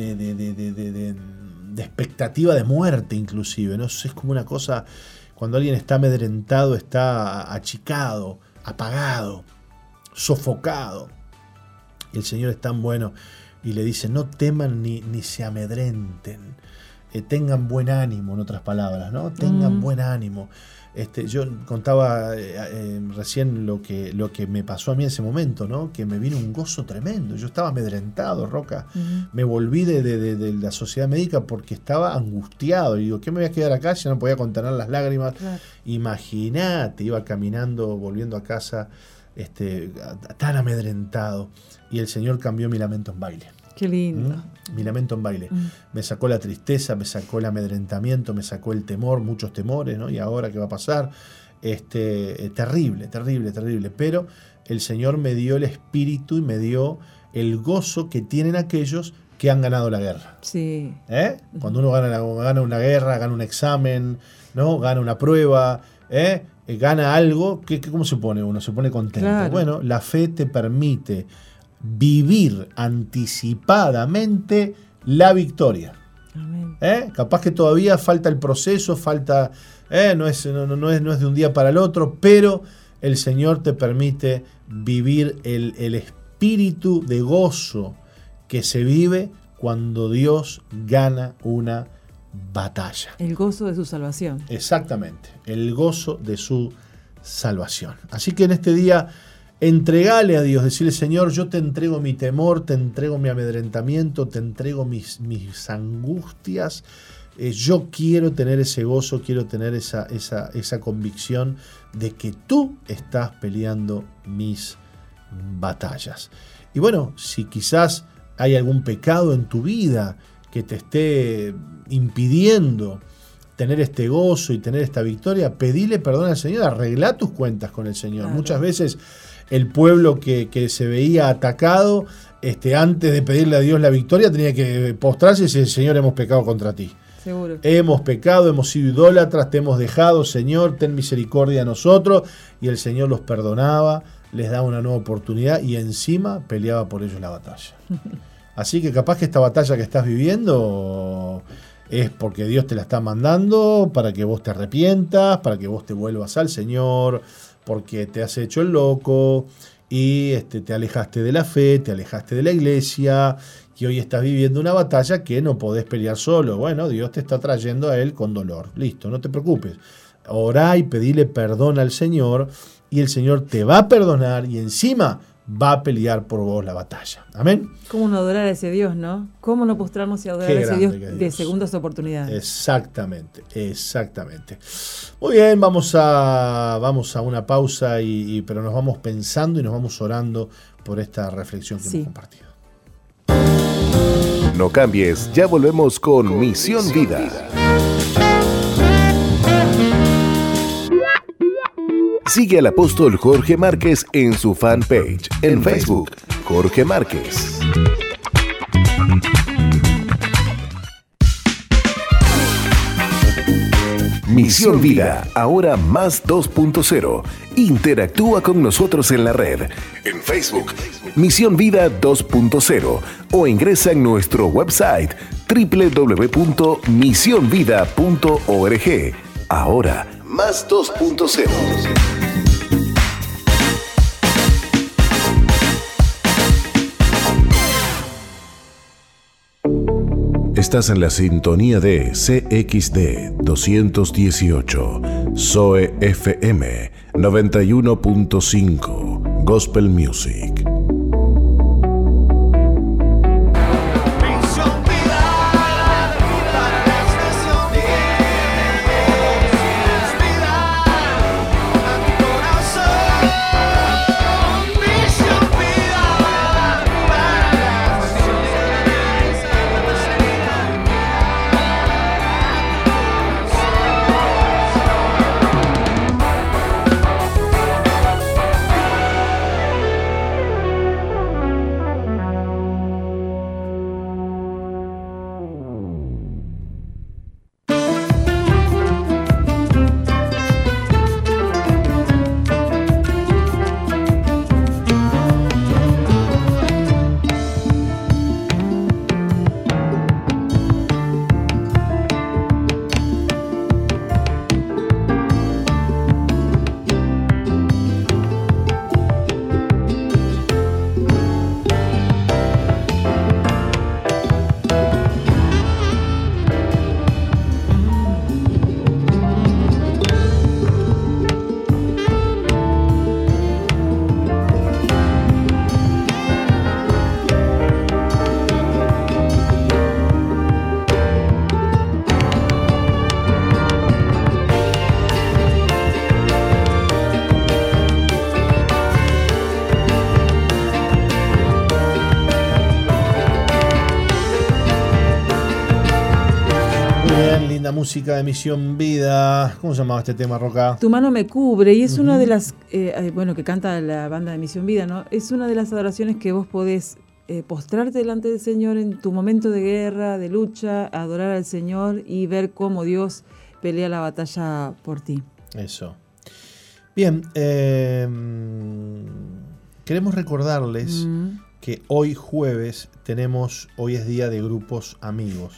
De expectativa de muerte inclusive, ¿no? Es como una cosa, cuando alguien está amedrentado, está achicado, apagado, sofocado. Y el Señor es tan bueno y le dice, no teman ni se amedrenten, tengan buen ánimo, en otras palabras, ¿no? Tengan buen ánimo. Yo contaba recién lo que me pasó a mí en ese momento, ¿no? Que me vino un gozo tremendo. Yo estaba amedrentado, Roca. Me volví de la sociedad médica porque estaba angustiado. Y digo, ¿qué me voy a quedar acá si no podía contener las lágrimas? Claro. Imagínate, iba caminando, volviendo a casa, tan amedrentado. Y el Señor cambió mi lamento en baile. Qué lindo. Mi lamento en baile. Me sacó la tristeza, me sacó el amedrentamiento, me sacó el temor, muchos temores, ¿no? Y ahora, ¿qué va a pasar? Terrible, terrible, terrible. Pero el Señor me dio el espíritu y me dio el gozo que tienen aquellos que han ganado la guerra. Sí. Cuando uno gana una guerra, gana un examen, ¿no? Gana una prueba, gana algo, ¿cómo se pone uno? Se pone contento. Claro. Bueno, la fe te permite vivir anticipadamente la victoria. Amén. Capaz que todavía falta el proceso, no es de un día para el otro, pero el Señor te permite vivir el espíritu de gozo que se vive cuando Dios gana una batalla. El gozo de su salvación. Exactamente, el gozo de su salvación. Así que en este día, entregale a Dios, decirle, Señor, yo te entrego mi temor, te entrego mi amedrentamiento, te entrego mis angustias. Yo quiero tener ese gozo, quiero tener esa convicción de que tú estás peleando mis batallas. Y bueno, si quizás hay algún pecado en tu vida que te esté impidiendo tener este gozo y tener esta victoria, pedile perdón al Señor, arregla tus cuentas con el Señor. Claro. Muchas veces el pueblo que se veía atacado, antes de pedirle a Dios la victoria, tenía que postrarse y decir, Señor, hemos pecado contra ti. Seguro. Hemos pecado, hemos sido idólatras, te hemos dejado, Señor, ten misericordia de nosotros. Y el Señor los perdonaba, les daba una nueva oportunidad y encima peleaba por ellos la batalla. Así que capaz que esta batalla que estás viviendo es porque Dios te la está mandando para que vos te arrepientas, para que vos te vuelvas al Señor, porque te has hecho el loco y te alejaste de la fe, te alejaste de la iglesia y hoy estás viviendo una batalla que no podés pelear solo. Bueno, Dios te está trayendo a Él con dolor. Listo, no te preocupes. Orá y pedile perdón al Señor y el Señor te va a perdonar y encima va a pelear por vos la batalla. Amén. ¿Cómo no adorar a ese Dios, no? ¿Cómo no postrarnos y adorar a ese Dios de segundas oportunidades? Exactamente, exactamente. Muy bien, vamos a una pausa, pero nos vamos pensando y nos vamos orando por esta reflexión que hemos compartido. No cambies, ya volvemos con Misión Vida. Sigue al apóstol Jorge Márquez en su fanpage en Facebook, Jorge Márquez. Misión Vida, ahora más 2.0. Interactúa con nosotros en la red, en Facebook, Misión Vida 2.0, o ingresa en nuestro website www.misionvida.org. Ahora más 2.0. Estás en la sintonía de CXD 218, Zoe FM 91.5, Gospel Music. Música de Misión Vida. ¿Cómo se llamaba este tema, Roca? Tu mano me cubre, y es una de las, bueno, que canta la banda de Misión Vida, ¿no? Es una de las adoraciones que vos podés postrarte delante del Señor en tu momento de guerra, de lucha, adorar al Señor y ver cómo Dios pelea la batalla por ti. Eso. Bien, queremos recordarles que hoy jueves hoy es día de grupos amigos,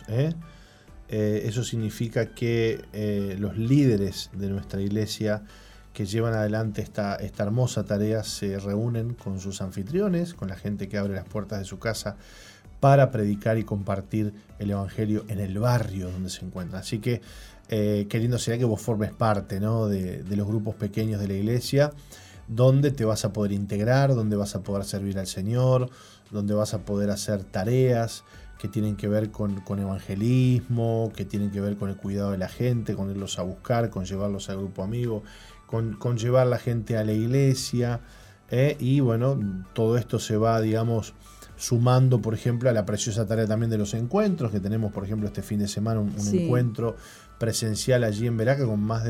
eso significa que los líderes de nuestra iglesia que llevan adelante esta hermosa tarea se reúnen con sus anfitriones, con la gente que abre las puertas de su casa para predicar y compartir el evangelio en el barrio donde se encuentran. Así que qué lindo sería que vos formes parte, ¿no?, de los grupos pequeños de la iglesia, donde te vas a poder integrar, donde vas a poder servir al Señor, donde vas a poder hacer tareas que tienen que ver con evangelismo, que tienen que ver con el cuidado de la gente, con irlos a buscar, con llevarlos al grupo amigo, con llevar la gente a la iglesia, y bueno, todo esto se va, digamos, sumando, por ejemplo, a la preciosa tarea también de los encuentros, que tenemos, por ejemplo, este fin de semana un encuentro presencial allí en Veraca con más de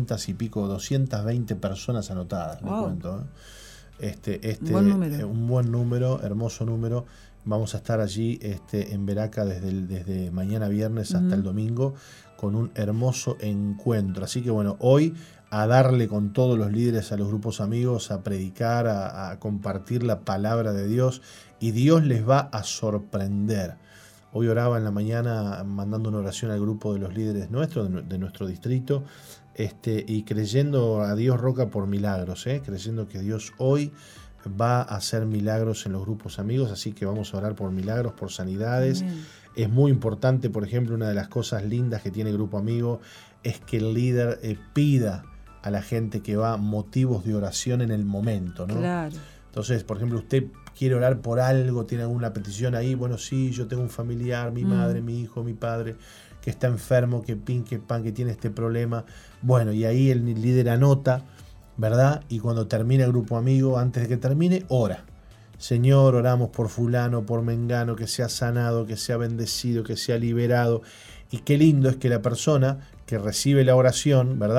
220 personas anotadas. Wow. Cuento, buen número. Un buen número, hermoso número. Vamos a estar allí en Veraca desde mañana viernes hasta el domingo con un hermoso encuentro. Así que bueno, hoy a darle con todos los líderes a los grupos amigos, a predicar, a compartir la palabra de Dios, y Dios les va a sorprender. Hoy oraba en la mañana mandando una oración al grupo de los líderes nuestros, de nuestro distrito, y creyendo a Dios, Roca, por milagros, creyendo que Dios hoy va a hacer milagros en los grupos amigos, así que vamos a orar por milagros, por sanidades. Amén. Es muy importante, por ejemplo, una de las cosas lindas que tiene el grupo amigo es que el líder pida a la gente que va motivos de oración en el momento, ¿no? Claro. Entonces, por ejemplo, usted quiere orar por algo, tiene alguna petición ahí, bueno, sí, yo tengo un familiar, mi madre, mi hijo, mi padre, que está enfermo, que tiene este problema. Bueno, y ahí el líder anota, ¿verdad? Y cuando termina el grupo amigo, antes de que termine, ora. Señor, oramos por fulano, por mengano, que sea sanado, que sea bendecido, que sea liberado. Y qué lindo es que la persona que recibe la oración, ¿verdad?,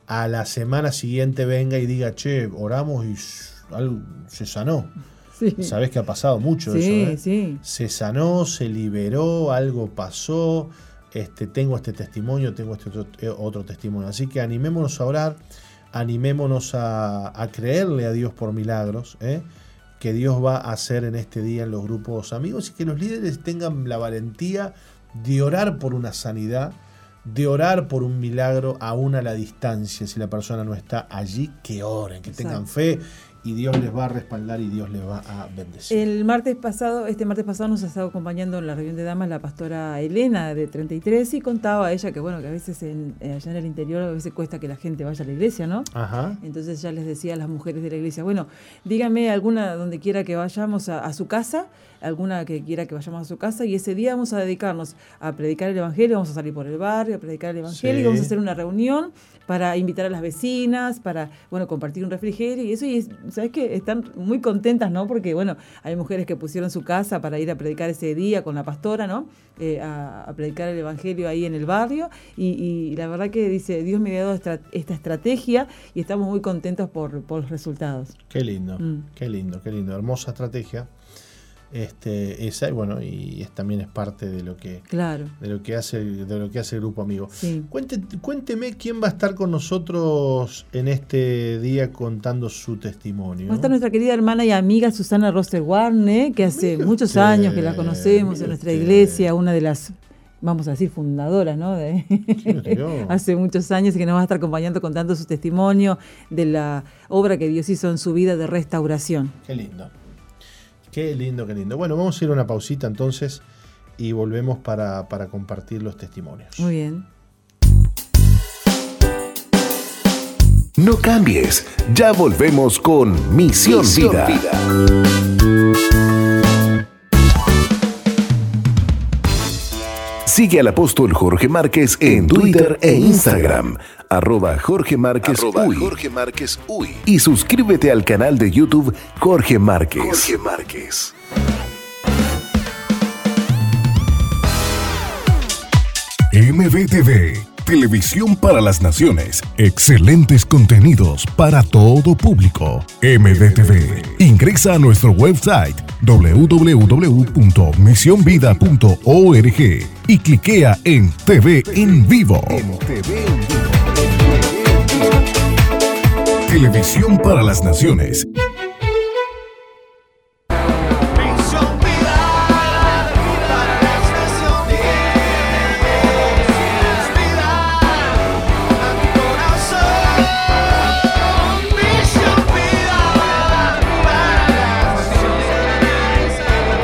a la semana siguiente venga y diga, che, oramos y algo se sanó. Sí. Sabés que ha pasado mucho Sí, eso, ¿eh? sí. Se sanó, se liberó, algo pasó, tengo este testimonio, tengo otro testimonio. Así que animémonos a orar, animémonos a creerle a Dios por milagros, que Dios va a hacer en este día en los grupos amigos, y que los líderes tengan la valentía de orar por una sanidad, de orar por un milagro aún a la distancia. Si la persona no está allí, que oren, que tengan fe, y Dios les va a respaldar y Dios les va a bendecir. Este martes pasado nos ha estado acompañando en la reunión de damas la pastora Elena, de 33, y contaba a ella que bueno, que a veces allá en el interior a veces cuesta que la gente vaya a la iglesia, ¿no? Ajá. Entonces ya les decía a las mujeres de la iglesia, bueno, díganme alguna donde quiera que vayamos a su casa, alguna que quiera que vayamos a su casa, y ese día vamos a dedicarnos a predicar el evangelio, vamos a salir por el barrio a predicar el evangelio, y vamos a hacer una reunión para invitar a las vecinas, para, bueno, compartir un refrigerio y eso, y ¿sabes qué? Están muy contentas, ¿no? Porque, bueno, hay mujeres que pusieron su casa para ir a predicar ese día con la pastora, ¿no? A predicar el evangelio ahí en el barrio, y la verdad que dice, Dios me ha dado esta estrategia y estamos muy contentos por los resultados. Qué lindo, qué lindo, hermosa estrategia. Esa, y bueno, y también es parte de lo que hace el grupo amigo. Sí. Cuénteme quién va a estar con nosotros en este día contando su testimonio. Va a estar nuestra querida hermana y amiga Susana Roster-Warne, que hace muchos años que la conocemos en nuestra iglesia, una de las, vamos a decir, fundadoras, ¿no? Hace muchos años, y que nos va a estar acompañando contando su testimonio de la obra que Dios hizo en su vida de restauración. Qué lindo. Qué lindo, qué lindo. Bueno, vamos a ir a una pausita entonces y volvemos para compartir los testimonios. Muy bien. No cambies, ya volvemos con Misión Vida. Sigue al apóstol Jorge Márquez en Twitter e Instagram, @Jorge Márquez Uy. Y suscríbete al canal de YouTube Jorge Márquez. MVTV, Televisión para las Naciones. Excelentes contenidos para todo público. MVTV. Ingresa a nuestro website www.misionvida.org y cliquea en TV en vivo. Televisión para las Naciones. Misión Vida, para las naciones. Vida a tu corazón. Misión Vida, para las naciones.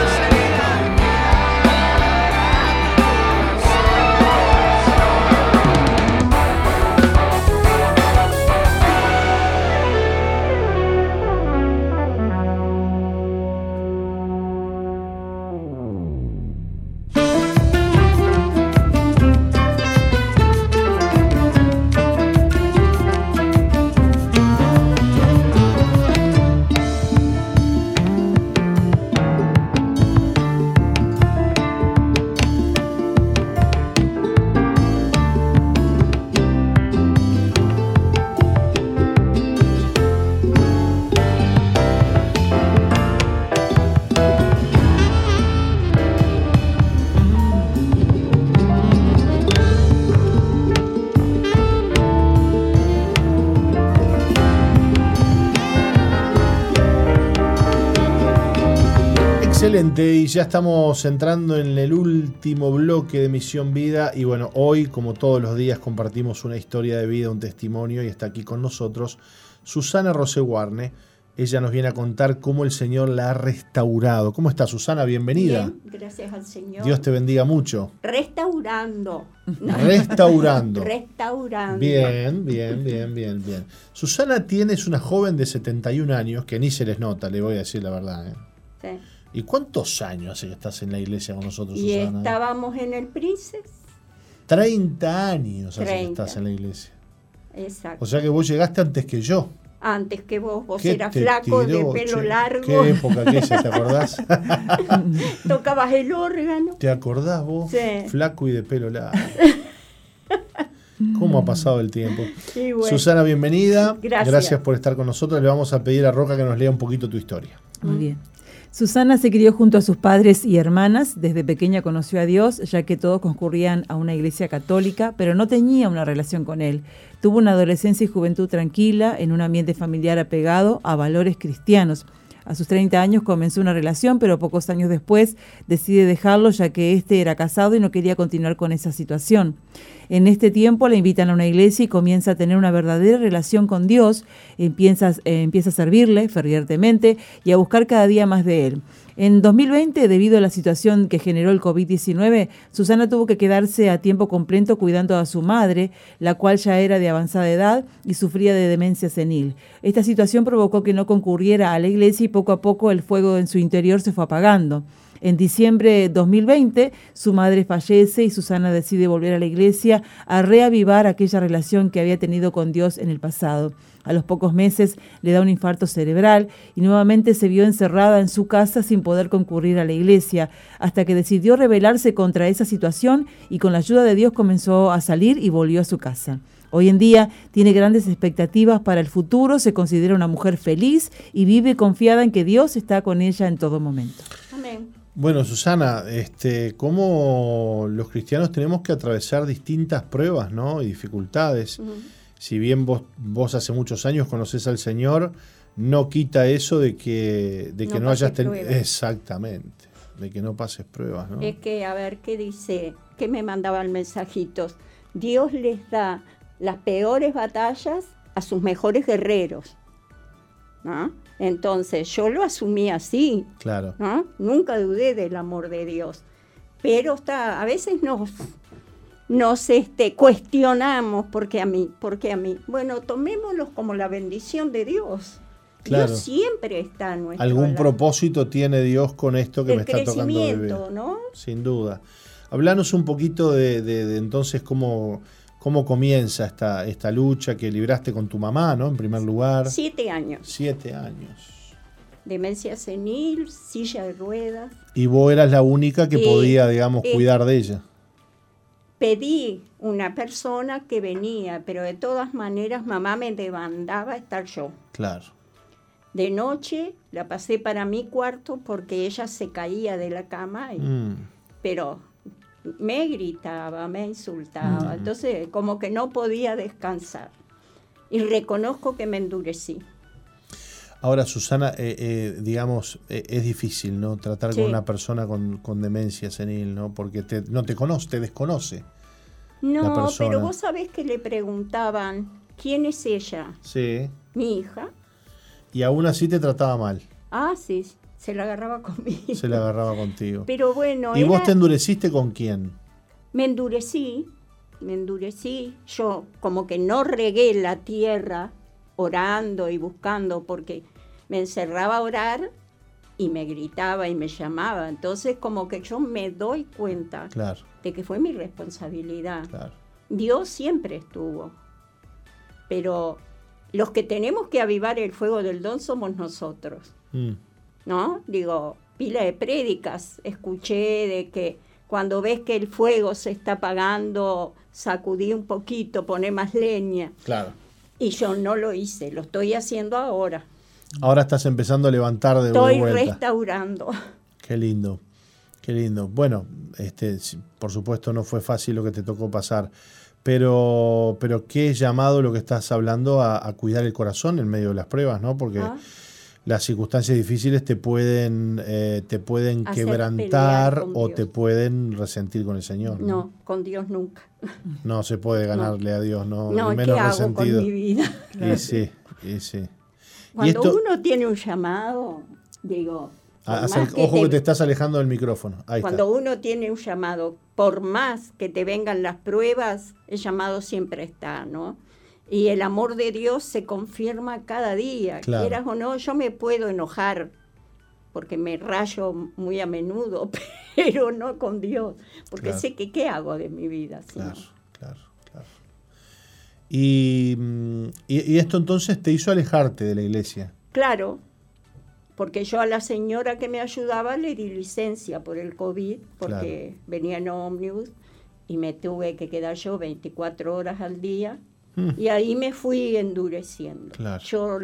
Excelente, y ya estamos entrando en el último bloque de Misión Vida, y bueno, hoy, como todos los días, compartimos una historia de vida, un testimonio, y está aquí con nosotros Susana Roser-Warne. Ella nos viene a contar cómo el Señor la ha restaurado. ¿Cómo está, Susana? Bienvenida. Bien, gracias al Señor. Dios te bendiga mucho. Restaurando. Restaurando. Restaurando. Bien. Susana es una joven de 71 años, que ni se les nota, le voy a decir la verdad. Sí. ¿Y cuántos años hace que estás en la iglesia con nosotros, Y Susana? estábamos en el Princes. 30 años hace que 30. estás en la iglesia. Exacto. O sea que vos llegaste antes que yo. Antes que vos ¿Qué eras te flaco, tiró, de pelo che? largo. Qué época aquella, ¿te acordás? Tocabas el órgano. ¿Te acordás vos? Sí. Flaco y de pelo largo. ¿Cómo ha pasado el tiempo? Y bueno, Susana, bienvenida. Gracias. Por estar con nosotros. Le vamos a pedir a Roca que nos lea un poquito tu historia. Muy bien. Susana se crió junto a sus padres y hermanas. Desde pequeña conoció a Dios, ya que todos concurrían a una iglesia católica, pero no tenía una relación con Él. Tuvo una adolescencia y juventud tranquila en un ambiente familiar apegado a valores cristianos. A sus 30 años comenzó una relación, pero pocos años después decide dejarlo, ya que éste era casado y no quería continuar con esa situación. En este tiempo la invitan a una iglesia y comienza a tener una verdadera relación con Dios, empieza a servirle fervientemente y a buscar cada día más de Él. En 2020, debido a la situación que generó el COVID-19, Susana tuvo que quedarse a tiempo completo cuidando a su madre, la cual ya era de avanzada edad y sufría de demencia senil. Esta situación provocó que no concurriera a la iglesia y poco a poco el fuego en su interior se fue apagando. En diciembre de 2020, su madre fallece y Susana decide volver a la iglesia a reavivar aquella relación que había tenido con Dios en el pasado. A los pocos meses le da un infarto cerebral y nuevamente se vio encerrada en su casa sin poder concurrir a la iglesia, hasta que decidió rebelarse contra esa situación y con la ayuda de Dios comenzó a salir y volvió a su casa. Hoy en día tiene grandes expectativas para el futuro, se considera una mujer feliz y vive confiada en que Dios está con ella en todo momento. amén. Bueno, Susana, cómo los cristianos tenemos que atravesar distintas pruebas, ¿no? Y dificultades. Si bien vos hace muchos años conocés al Señor, no quita eso de que no hayas tenido... Exactamente, de que no pases pruebas, ¿no? Es que, a ver, ¿qué dice? ¿Qué me mandaban mensajitos? Dios les da las peores batallas a sus mejores guerreros, ¿no? Entonces, yo lo asumí así, Claro. ¿no? Nunca dudé del amor de Dios. Pero a veces nos cuestionamos ¿por qué a mí? Bueno, tomémoslos como la bendición de Dios. Claro. Dios siempre está a nuestro Algún lado. propósito tiene Dios con esto que El me está tocando vivir. crecimiento, ¿no? Sin duda. Hablanos un poquito de entonces cómo comienza esta lucha que libraste con tu mamá, ¿no? En primer lugar. 7 años. 7 años. Demencia senil, silla de ruedas. Y vos eras la única que podía, digamos, eh, cuidar de ella. Pedí una persona que venía, pero de todas maneras mamá me demandaba estar yo. Claro. De noche la pasé para mi cuarto porque ella se caía de la cama, pero me gritaba, me insultaba. Entonces como que no podía descansar. Y reconozco que me endurecí. Ahora, Susana, digamos, es difícil, ¿no? Tratar Sí. con una persona con demencia senil, ¿no? Porque no te conoce, te desconoce. La No, persona. pero vos sabés que le preguntaban, ¿quién es ella? Sí. Mi hija. Y aún así te trataba mal. Ah, sí, se la agarraba conmigo. Se la agarraba contigo. Pero bueno, ¿Y vos te endureciste con quién? me endurecí. Yo como que no regué la tierra orando y buscando porque me encerraba a orar y me gritaba y me llamaba. Entonces como que yo me doy cuenta Claro, de que fue mi responsabilidad. claro. Dios siempre estuvo, pero los que tenemos que avivar el fuego del don somos nosotros, ¿no? Digo, pila de prédicas escuché de que cuando ves que el fuego se está apagando, sacudí un poquito, poné más leña. Claro. Y yo no lo hice, lo estoy haciendo ahora. Ahora estás empezando a levantar de Estoy vuelta. restaurando. Qué lindo, qué lindo. Bueno, por supuesto no fue fácil lo que te tocó pasar, pero qué llamado lo que estás hablando a cuidar el corazón en medio de las pruebas, ¿no? Porque las circunstancias difíciles te pueden Hacer quebrantar pelear con o Dios. te pueden resentir con el Señor. No, con Dios nunca. No se puede ganarle a Dios, no, No, ni ¿qué menos hago resentido. con mi vida? Y sí, y sí. Cuando esto- uno tiene un llamado, digo, por más Ojo que te estás alejando del micrófono. Ahí cuando está. uno tiene un llamado, por más que te vengan las pruebas, el llamado siempre está, ¿no? Y el amor de Dios se confirma cada día, Claro. quieras o no. Yo me puedo enojar porque me rayo muy a menudo, pero no con Dios, porque Claro. sé que qué hago de mi vida. si no? Claro, claro, claro. Y esto entonces te hizo alejarte de la iglesia. Claro, porque yo a la señora que me ayudaba le di licencia por el COVID, porque venía en ómnibus, y me tuve que quedar yo 24 horas al día, y ahí me fui endureciendo. Claro. Yo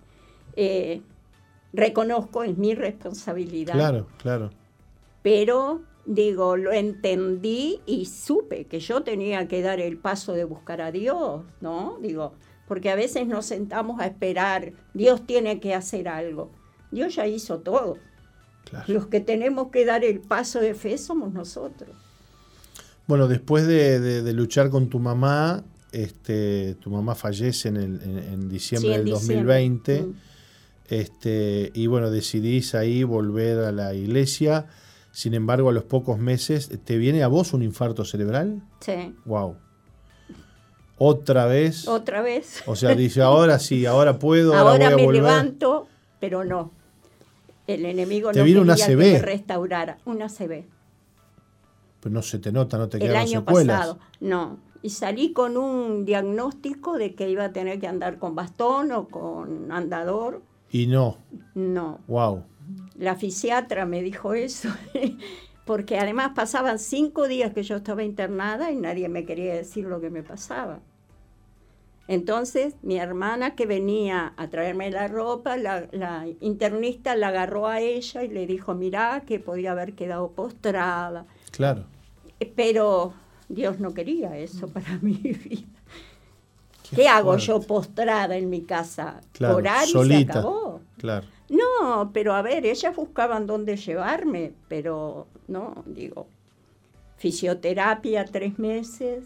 reconozco, es mi responsabilidad. Claro, claro. Pero, digo, lo entendí y supe que yo tenía que dar el paso de buscar a Dios, ¿no? Digo, porque a veces nos sentamos a esperar, Dios tiene que hacer algo. Dios ya hizo todo. Claro. Los que tenemos que dar el paso de fe somos nosotros. Bueno, después de luchar con tu mamá fallece en diciembre Sí, en del diciembre. 2020, y bueno, decidís ahí volver a la iglesia. Sin embargo, a los pocos meses, ¿te viene a vos un infarto cerebral? Sí. Wow. ¿Otra vez? Otra vez. O sea, dice, ahora sí, ahora puedo, ahora Ahora voy a me volver. levanto, pero no. El enemigo ¿Te no vino quería una que ACV? me restaurara. Una ACV. Pues no se te nota, no te El quedaron año secuelas. pasado. No. Y salí con un diagnóstico de que iba a tener que andar con bastón o con andador. Y no, No. wow. La fisiatra me dijo eso. Porque además pasaban 5 días que yo estaba internada y nadie me quería decir lo que me pasaba. Entonces, mi hermana que venía a traerme la ropa, la internista la agarró a ella y le dijo, mirá, que podía haber quedado postrada. Claro. Pero Dios no quería eso para mi vida. ¿Qué hago fuerte. yo postrada en mi casa? Claro, Orar y solita. se acabó. Claro. No, pero a ver, ellas buscaban dónde llevarme, pero no, digo, fisioterapia 3 meses,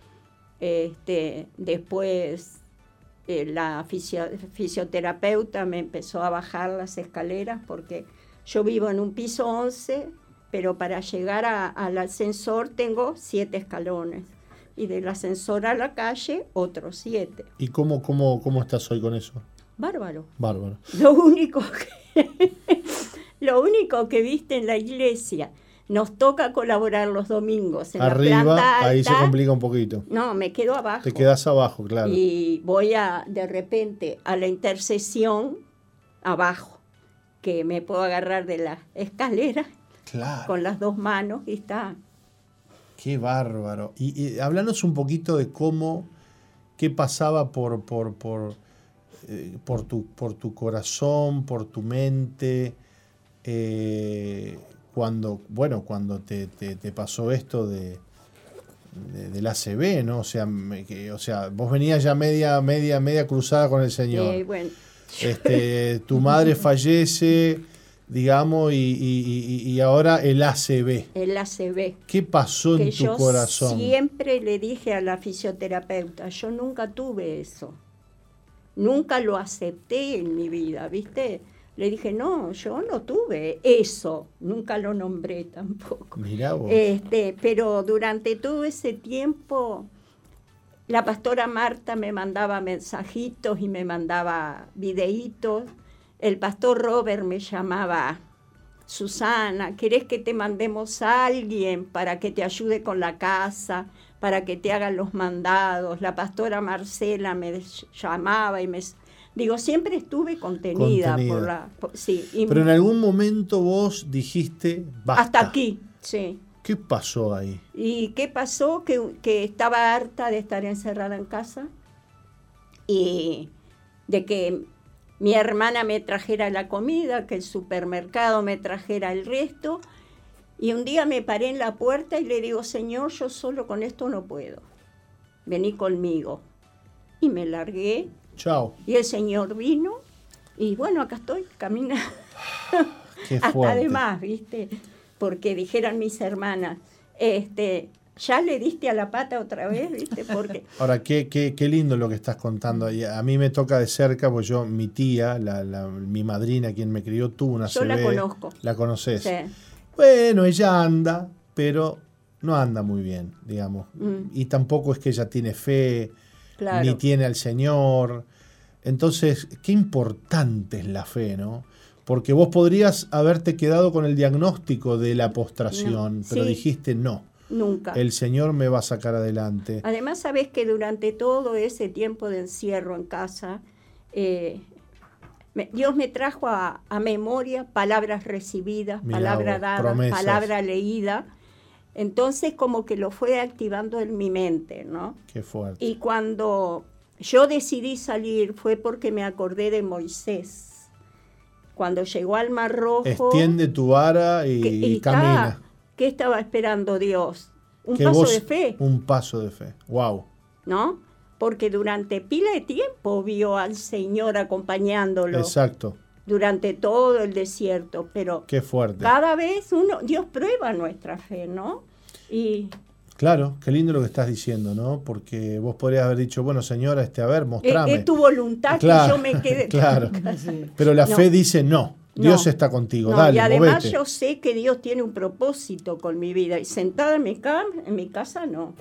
después la fisioterapeuta me empezó a bajar las escaleras porque yo vivo en un piso 11, pero para llegar al ascensor tengo 7 escalones y del ascensor a la calle otros 7. ¿Y cómo estás hoy con eso? Bárbaro. Bárbaro. Lo único que viste en la iglesia, nos toca colaborar los domingos en la planta Arriba, alta. ahí se complica un poquito. No, me quedo abajo. Te quedas abajo, claro. Y voy de repente a la intercesión abajo, que me puedo agarrar de la escalera Claro. con las 2 manos y está. Qué bárbaro. Y háblanos un poquito de qué pasaba por tu corazón, por tu mente, cuando te pasó esto del ACV, ¿no? O sea, vos venías ya media cruzada con el Señor. Bueno, Tu madre fallece, digamos, y ahora el ACV. el ACV. ¿Qué pasó Que en tu yo corazón? siempre le dije a la fisioterapeuta, yo nunca tuve eso. Nunca lo acepté en mi vida, ¿viste? Le dije, no, yo no tuve eso. Nunca lo nombré tampoco. Mirá vos. Pero durante todo ese tiempo, la pastora Marta me mandaba mensajitos y me mandaba videitos. El pastor Robert me llamaba, Susana, ¿querés que te mandemos a alguien para que te ayude con la casa, para que te hagan los mandados? La pastora Marcela me llamaba y digo, siempre estuve contenida. Sí, Pero en algún momento vos dijiste, basta. hasta aquí, sí. ¿Qué pasó ahí? ¿Y qué pasó? Que estaba harta de estar encerrada en casa y de que mi hermana me trajera la comida, que el supermercado me trajera el resto. Y un día me paré en la puerta y le digo, Señor, yo solo con esto no puedo. Vení conmigo. Y me largué. Chao. Y el Señor vino. Y bueno, acá estoy, caminando. Qué Hasta fuerte. además, ¿viste? Porque dijeran mis hermanas, ya le diste a la pata otra vez, ¿viste? Porque Ahora, qué lindo lo que estás contando. Y a mí me toca de cerca, pues mi tía, mi madrina, quien me crió, tuvo una yo ACV. la conozco. ¿La conoces? Sí. Bueno, ella anda, pero no anda muy bien, digamos. Y tampoco es que ella tiene fe, Claro. ni tiene al Señor. Entonces, qué importante es la fe, ¿no? Porque vos podrías haberte quedado con el diagnóstico de la postración, No, pero sí. dijiste no. Nunca. El Señor me va a sacar adelante. Además, sabés que durante todo ese tiempo de encierro en casa, Dios me trajo a memoria palabras recibidas, Mirá palabra vos, dada, promesas. palabra leída, Entonces como que lo fue activando en mi mente, ¿no? Qué fuerte. Y cuando yo decidí salir fue porque me acordé de Moisés. Cuando llegó al Mar Rojo... Extiende tu vara y camina. ¿Qué estaba esperando Dios? Un Que paso vos- de fe, Un paso de fe. Wow. ¿no? Porque durante pila de tiempo vio al Señor acompañándolo. Exacto. Durante todo el desierto, pero Qué fuerte. cada vez Dios prueba nuestra fe, ¿no? Y Claro, qué lindo lo que estás diciendo, ¿no? Porque vos podrías haber dicho, bueno, señora, a ver, mostrame. es tu voluntad Claro, que yo me quede claro. Sí. Pero la No. fe dice, no, Dios No. está contigo, No, dale, y además movete. yo sé que Dios tiene un propósito con mi vida. Y sentada en mi casa, no.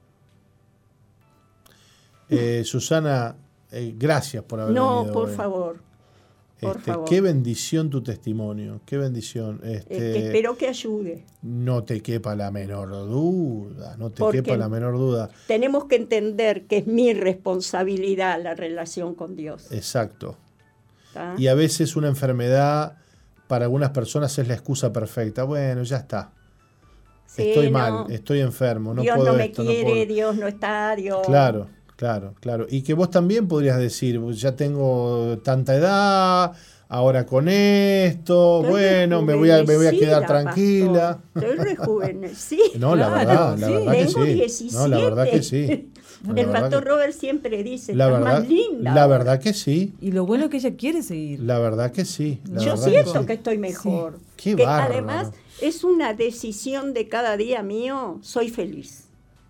Susana, gracias por haber No, venido por hoy. favor. Por favor. Qué bendición tu testimonio, qué bendición. Que espero que ayude. No te quepa la menor duda, no te Porque quepa la menor duda. Tenemos que entender que es mi responsabilidad la relación con Dios. Exacto. ¿Tá? Y a veces una enfermedad para algunas personas es la excusa perfecta. Bueno, ya está. Sí, Estoy no. mal, estoy enfermo, no Dios puedo no me esto, quiere, no puedo. Dios no está, Dios... Claro, claro, claro. Y que vos también podrías decir, ya tengo tanta edad, ahora con esto, Estoy bueno, me voy a quedar rejuvenecida, tranquila. pastor. Estoy rejuvenecida. No, la Claro, verdad, la sí. verdad que Tengo sí. 17. No, la verdad que sí. La El verdad pastor que- Robert siempre dice, la estás verdad, más linda. la ahora". verdad que sí. Y lo bueno es que ella quiere seguir. La verdad que sí. la Yo verdad siento sí. que estoy mejor. Qué Que bárbaro. además es una decisión de cada día mío, soy feliz.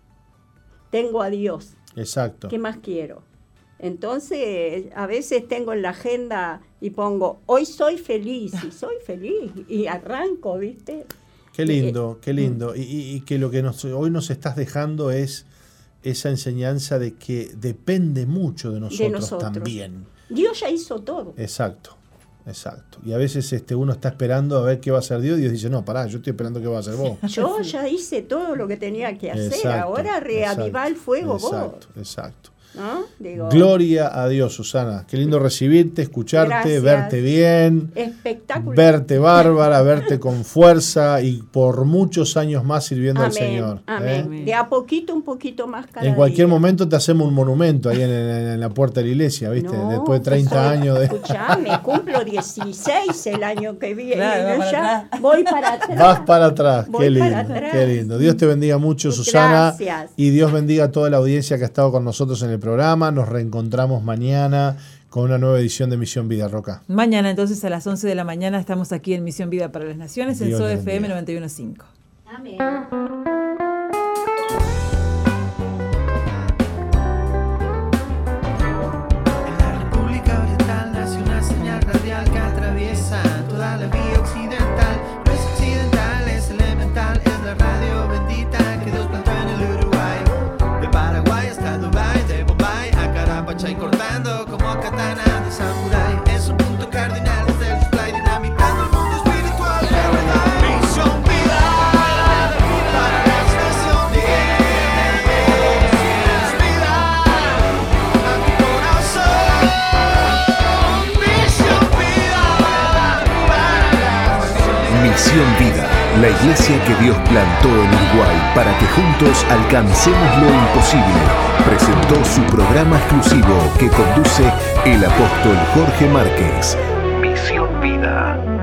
Tengo a Dios. Exacto. ¿Qué más quiero? Entonces, a veces tengo en la agenda y pongo, hoy soy feliz, y soy feliz, y arranco, ¿viste? Qué lindo, qué lindo. Y que lo que hoy nos estás dejando es esa enseñanza de que depende mucho de nosotros también. Dios ya hizo todo. Exacto, exacto. Y a veces uno está esperando a ver qué va a hacer Dios y Dios dice, no, pará, yo estoy esperando qué va a hacer vos. Yo ya hice todo lo que tenía que hacer, Exacto, ahora reavivá el fuego exacto, vos. exacto. ¿No? Digo, Gloria a Dios, Susana. Qué lindo recibirte, escucharte, Gracias. verte bien, espectacular. verte bárbara, verte con fuerza y por muchos años más sirviendo al Amén, Señor. amén. Amén. De a poquito, un poquito más cada En cualquier día. momento te hacemos un monumento ahí en la puerta de la iglesia, ¿viste? No, Después de 30 soy- años de... Escuchame, cumplo 16 el año que viene. Claro, va yo para ya atrás. voy para atrás. Vas para atrás, Voy qué lindo, para atrás. qué lindo. Dios te bendiga mucho, Susana. Gracias. Y Dios bendiga a toda la audiencia que ha estado con nosotros en el programa. Nos reencontramos mañana con una nueva edición de Misión Vida Roca. Mañana entonces a las 11 de la mañana estamos aquí en Misión Vida para las Naciones en Dios SOE les FM bendiga. 91.5. Amén. En la República Oriental nace una señal radial que atraviesa toda la vía occidental. No es occidental, es elemental, es la radio bendita que Dios plantó en el Uruguay. De Paraguay hasta Dubái, de Bombay a Carapachay, cortando como katana de samurái. Es un punto cardinal desde el display, dinamitando el mundo espiritual de verdad. Misión Vida, para las naciones. Vida a tu corazón. Misión Vida, para las naciones. Misión Vida, la iglesia que Dios plantó en Uruguay para que juntos alcancemos lo imposible, presentó su programa exclusivo que conduce el apóstol Jorge Márquez. Misión Vida.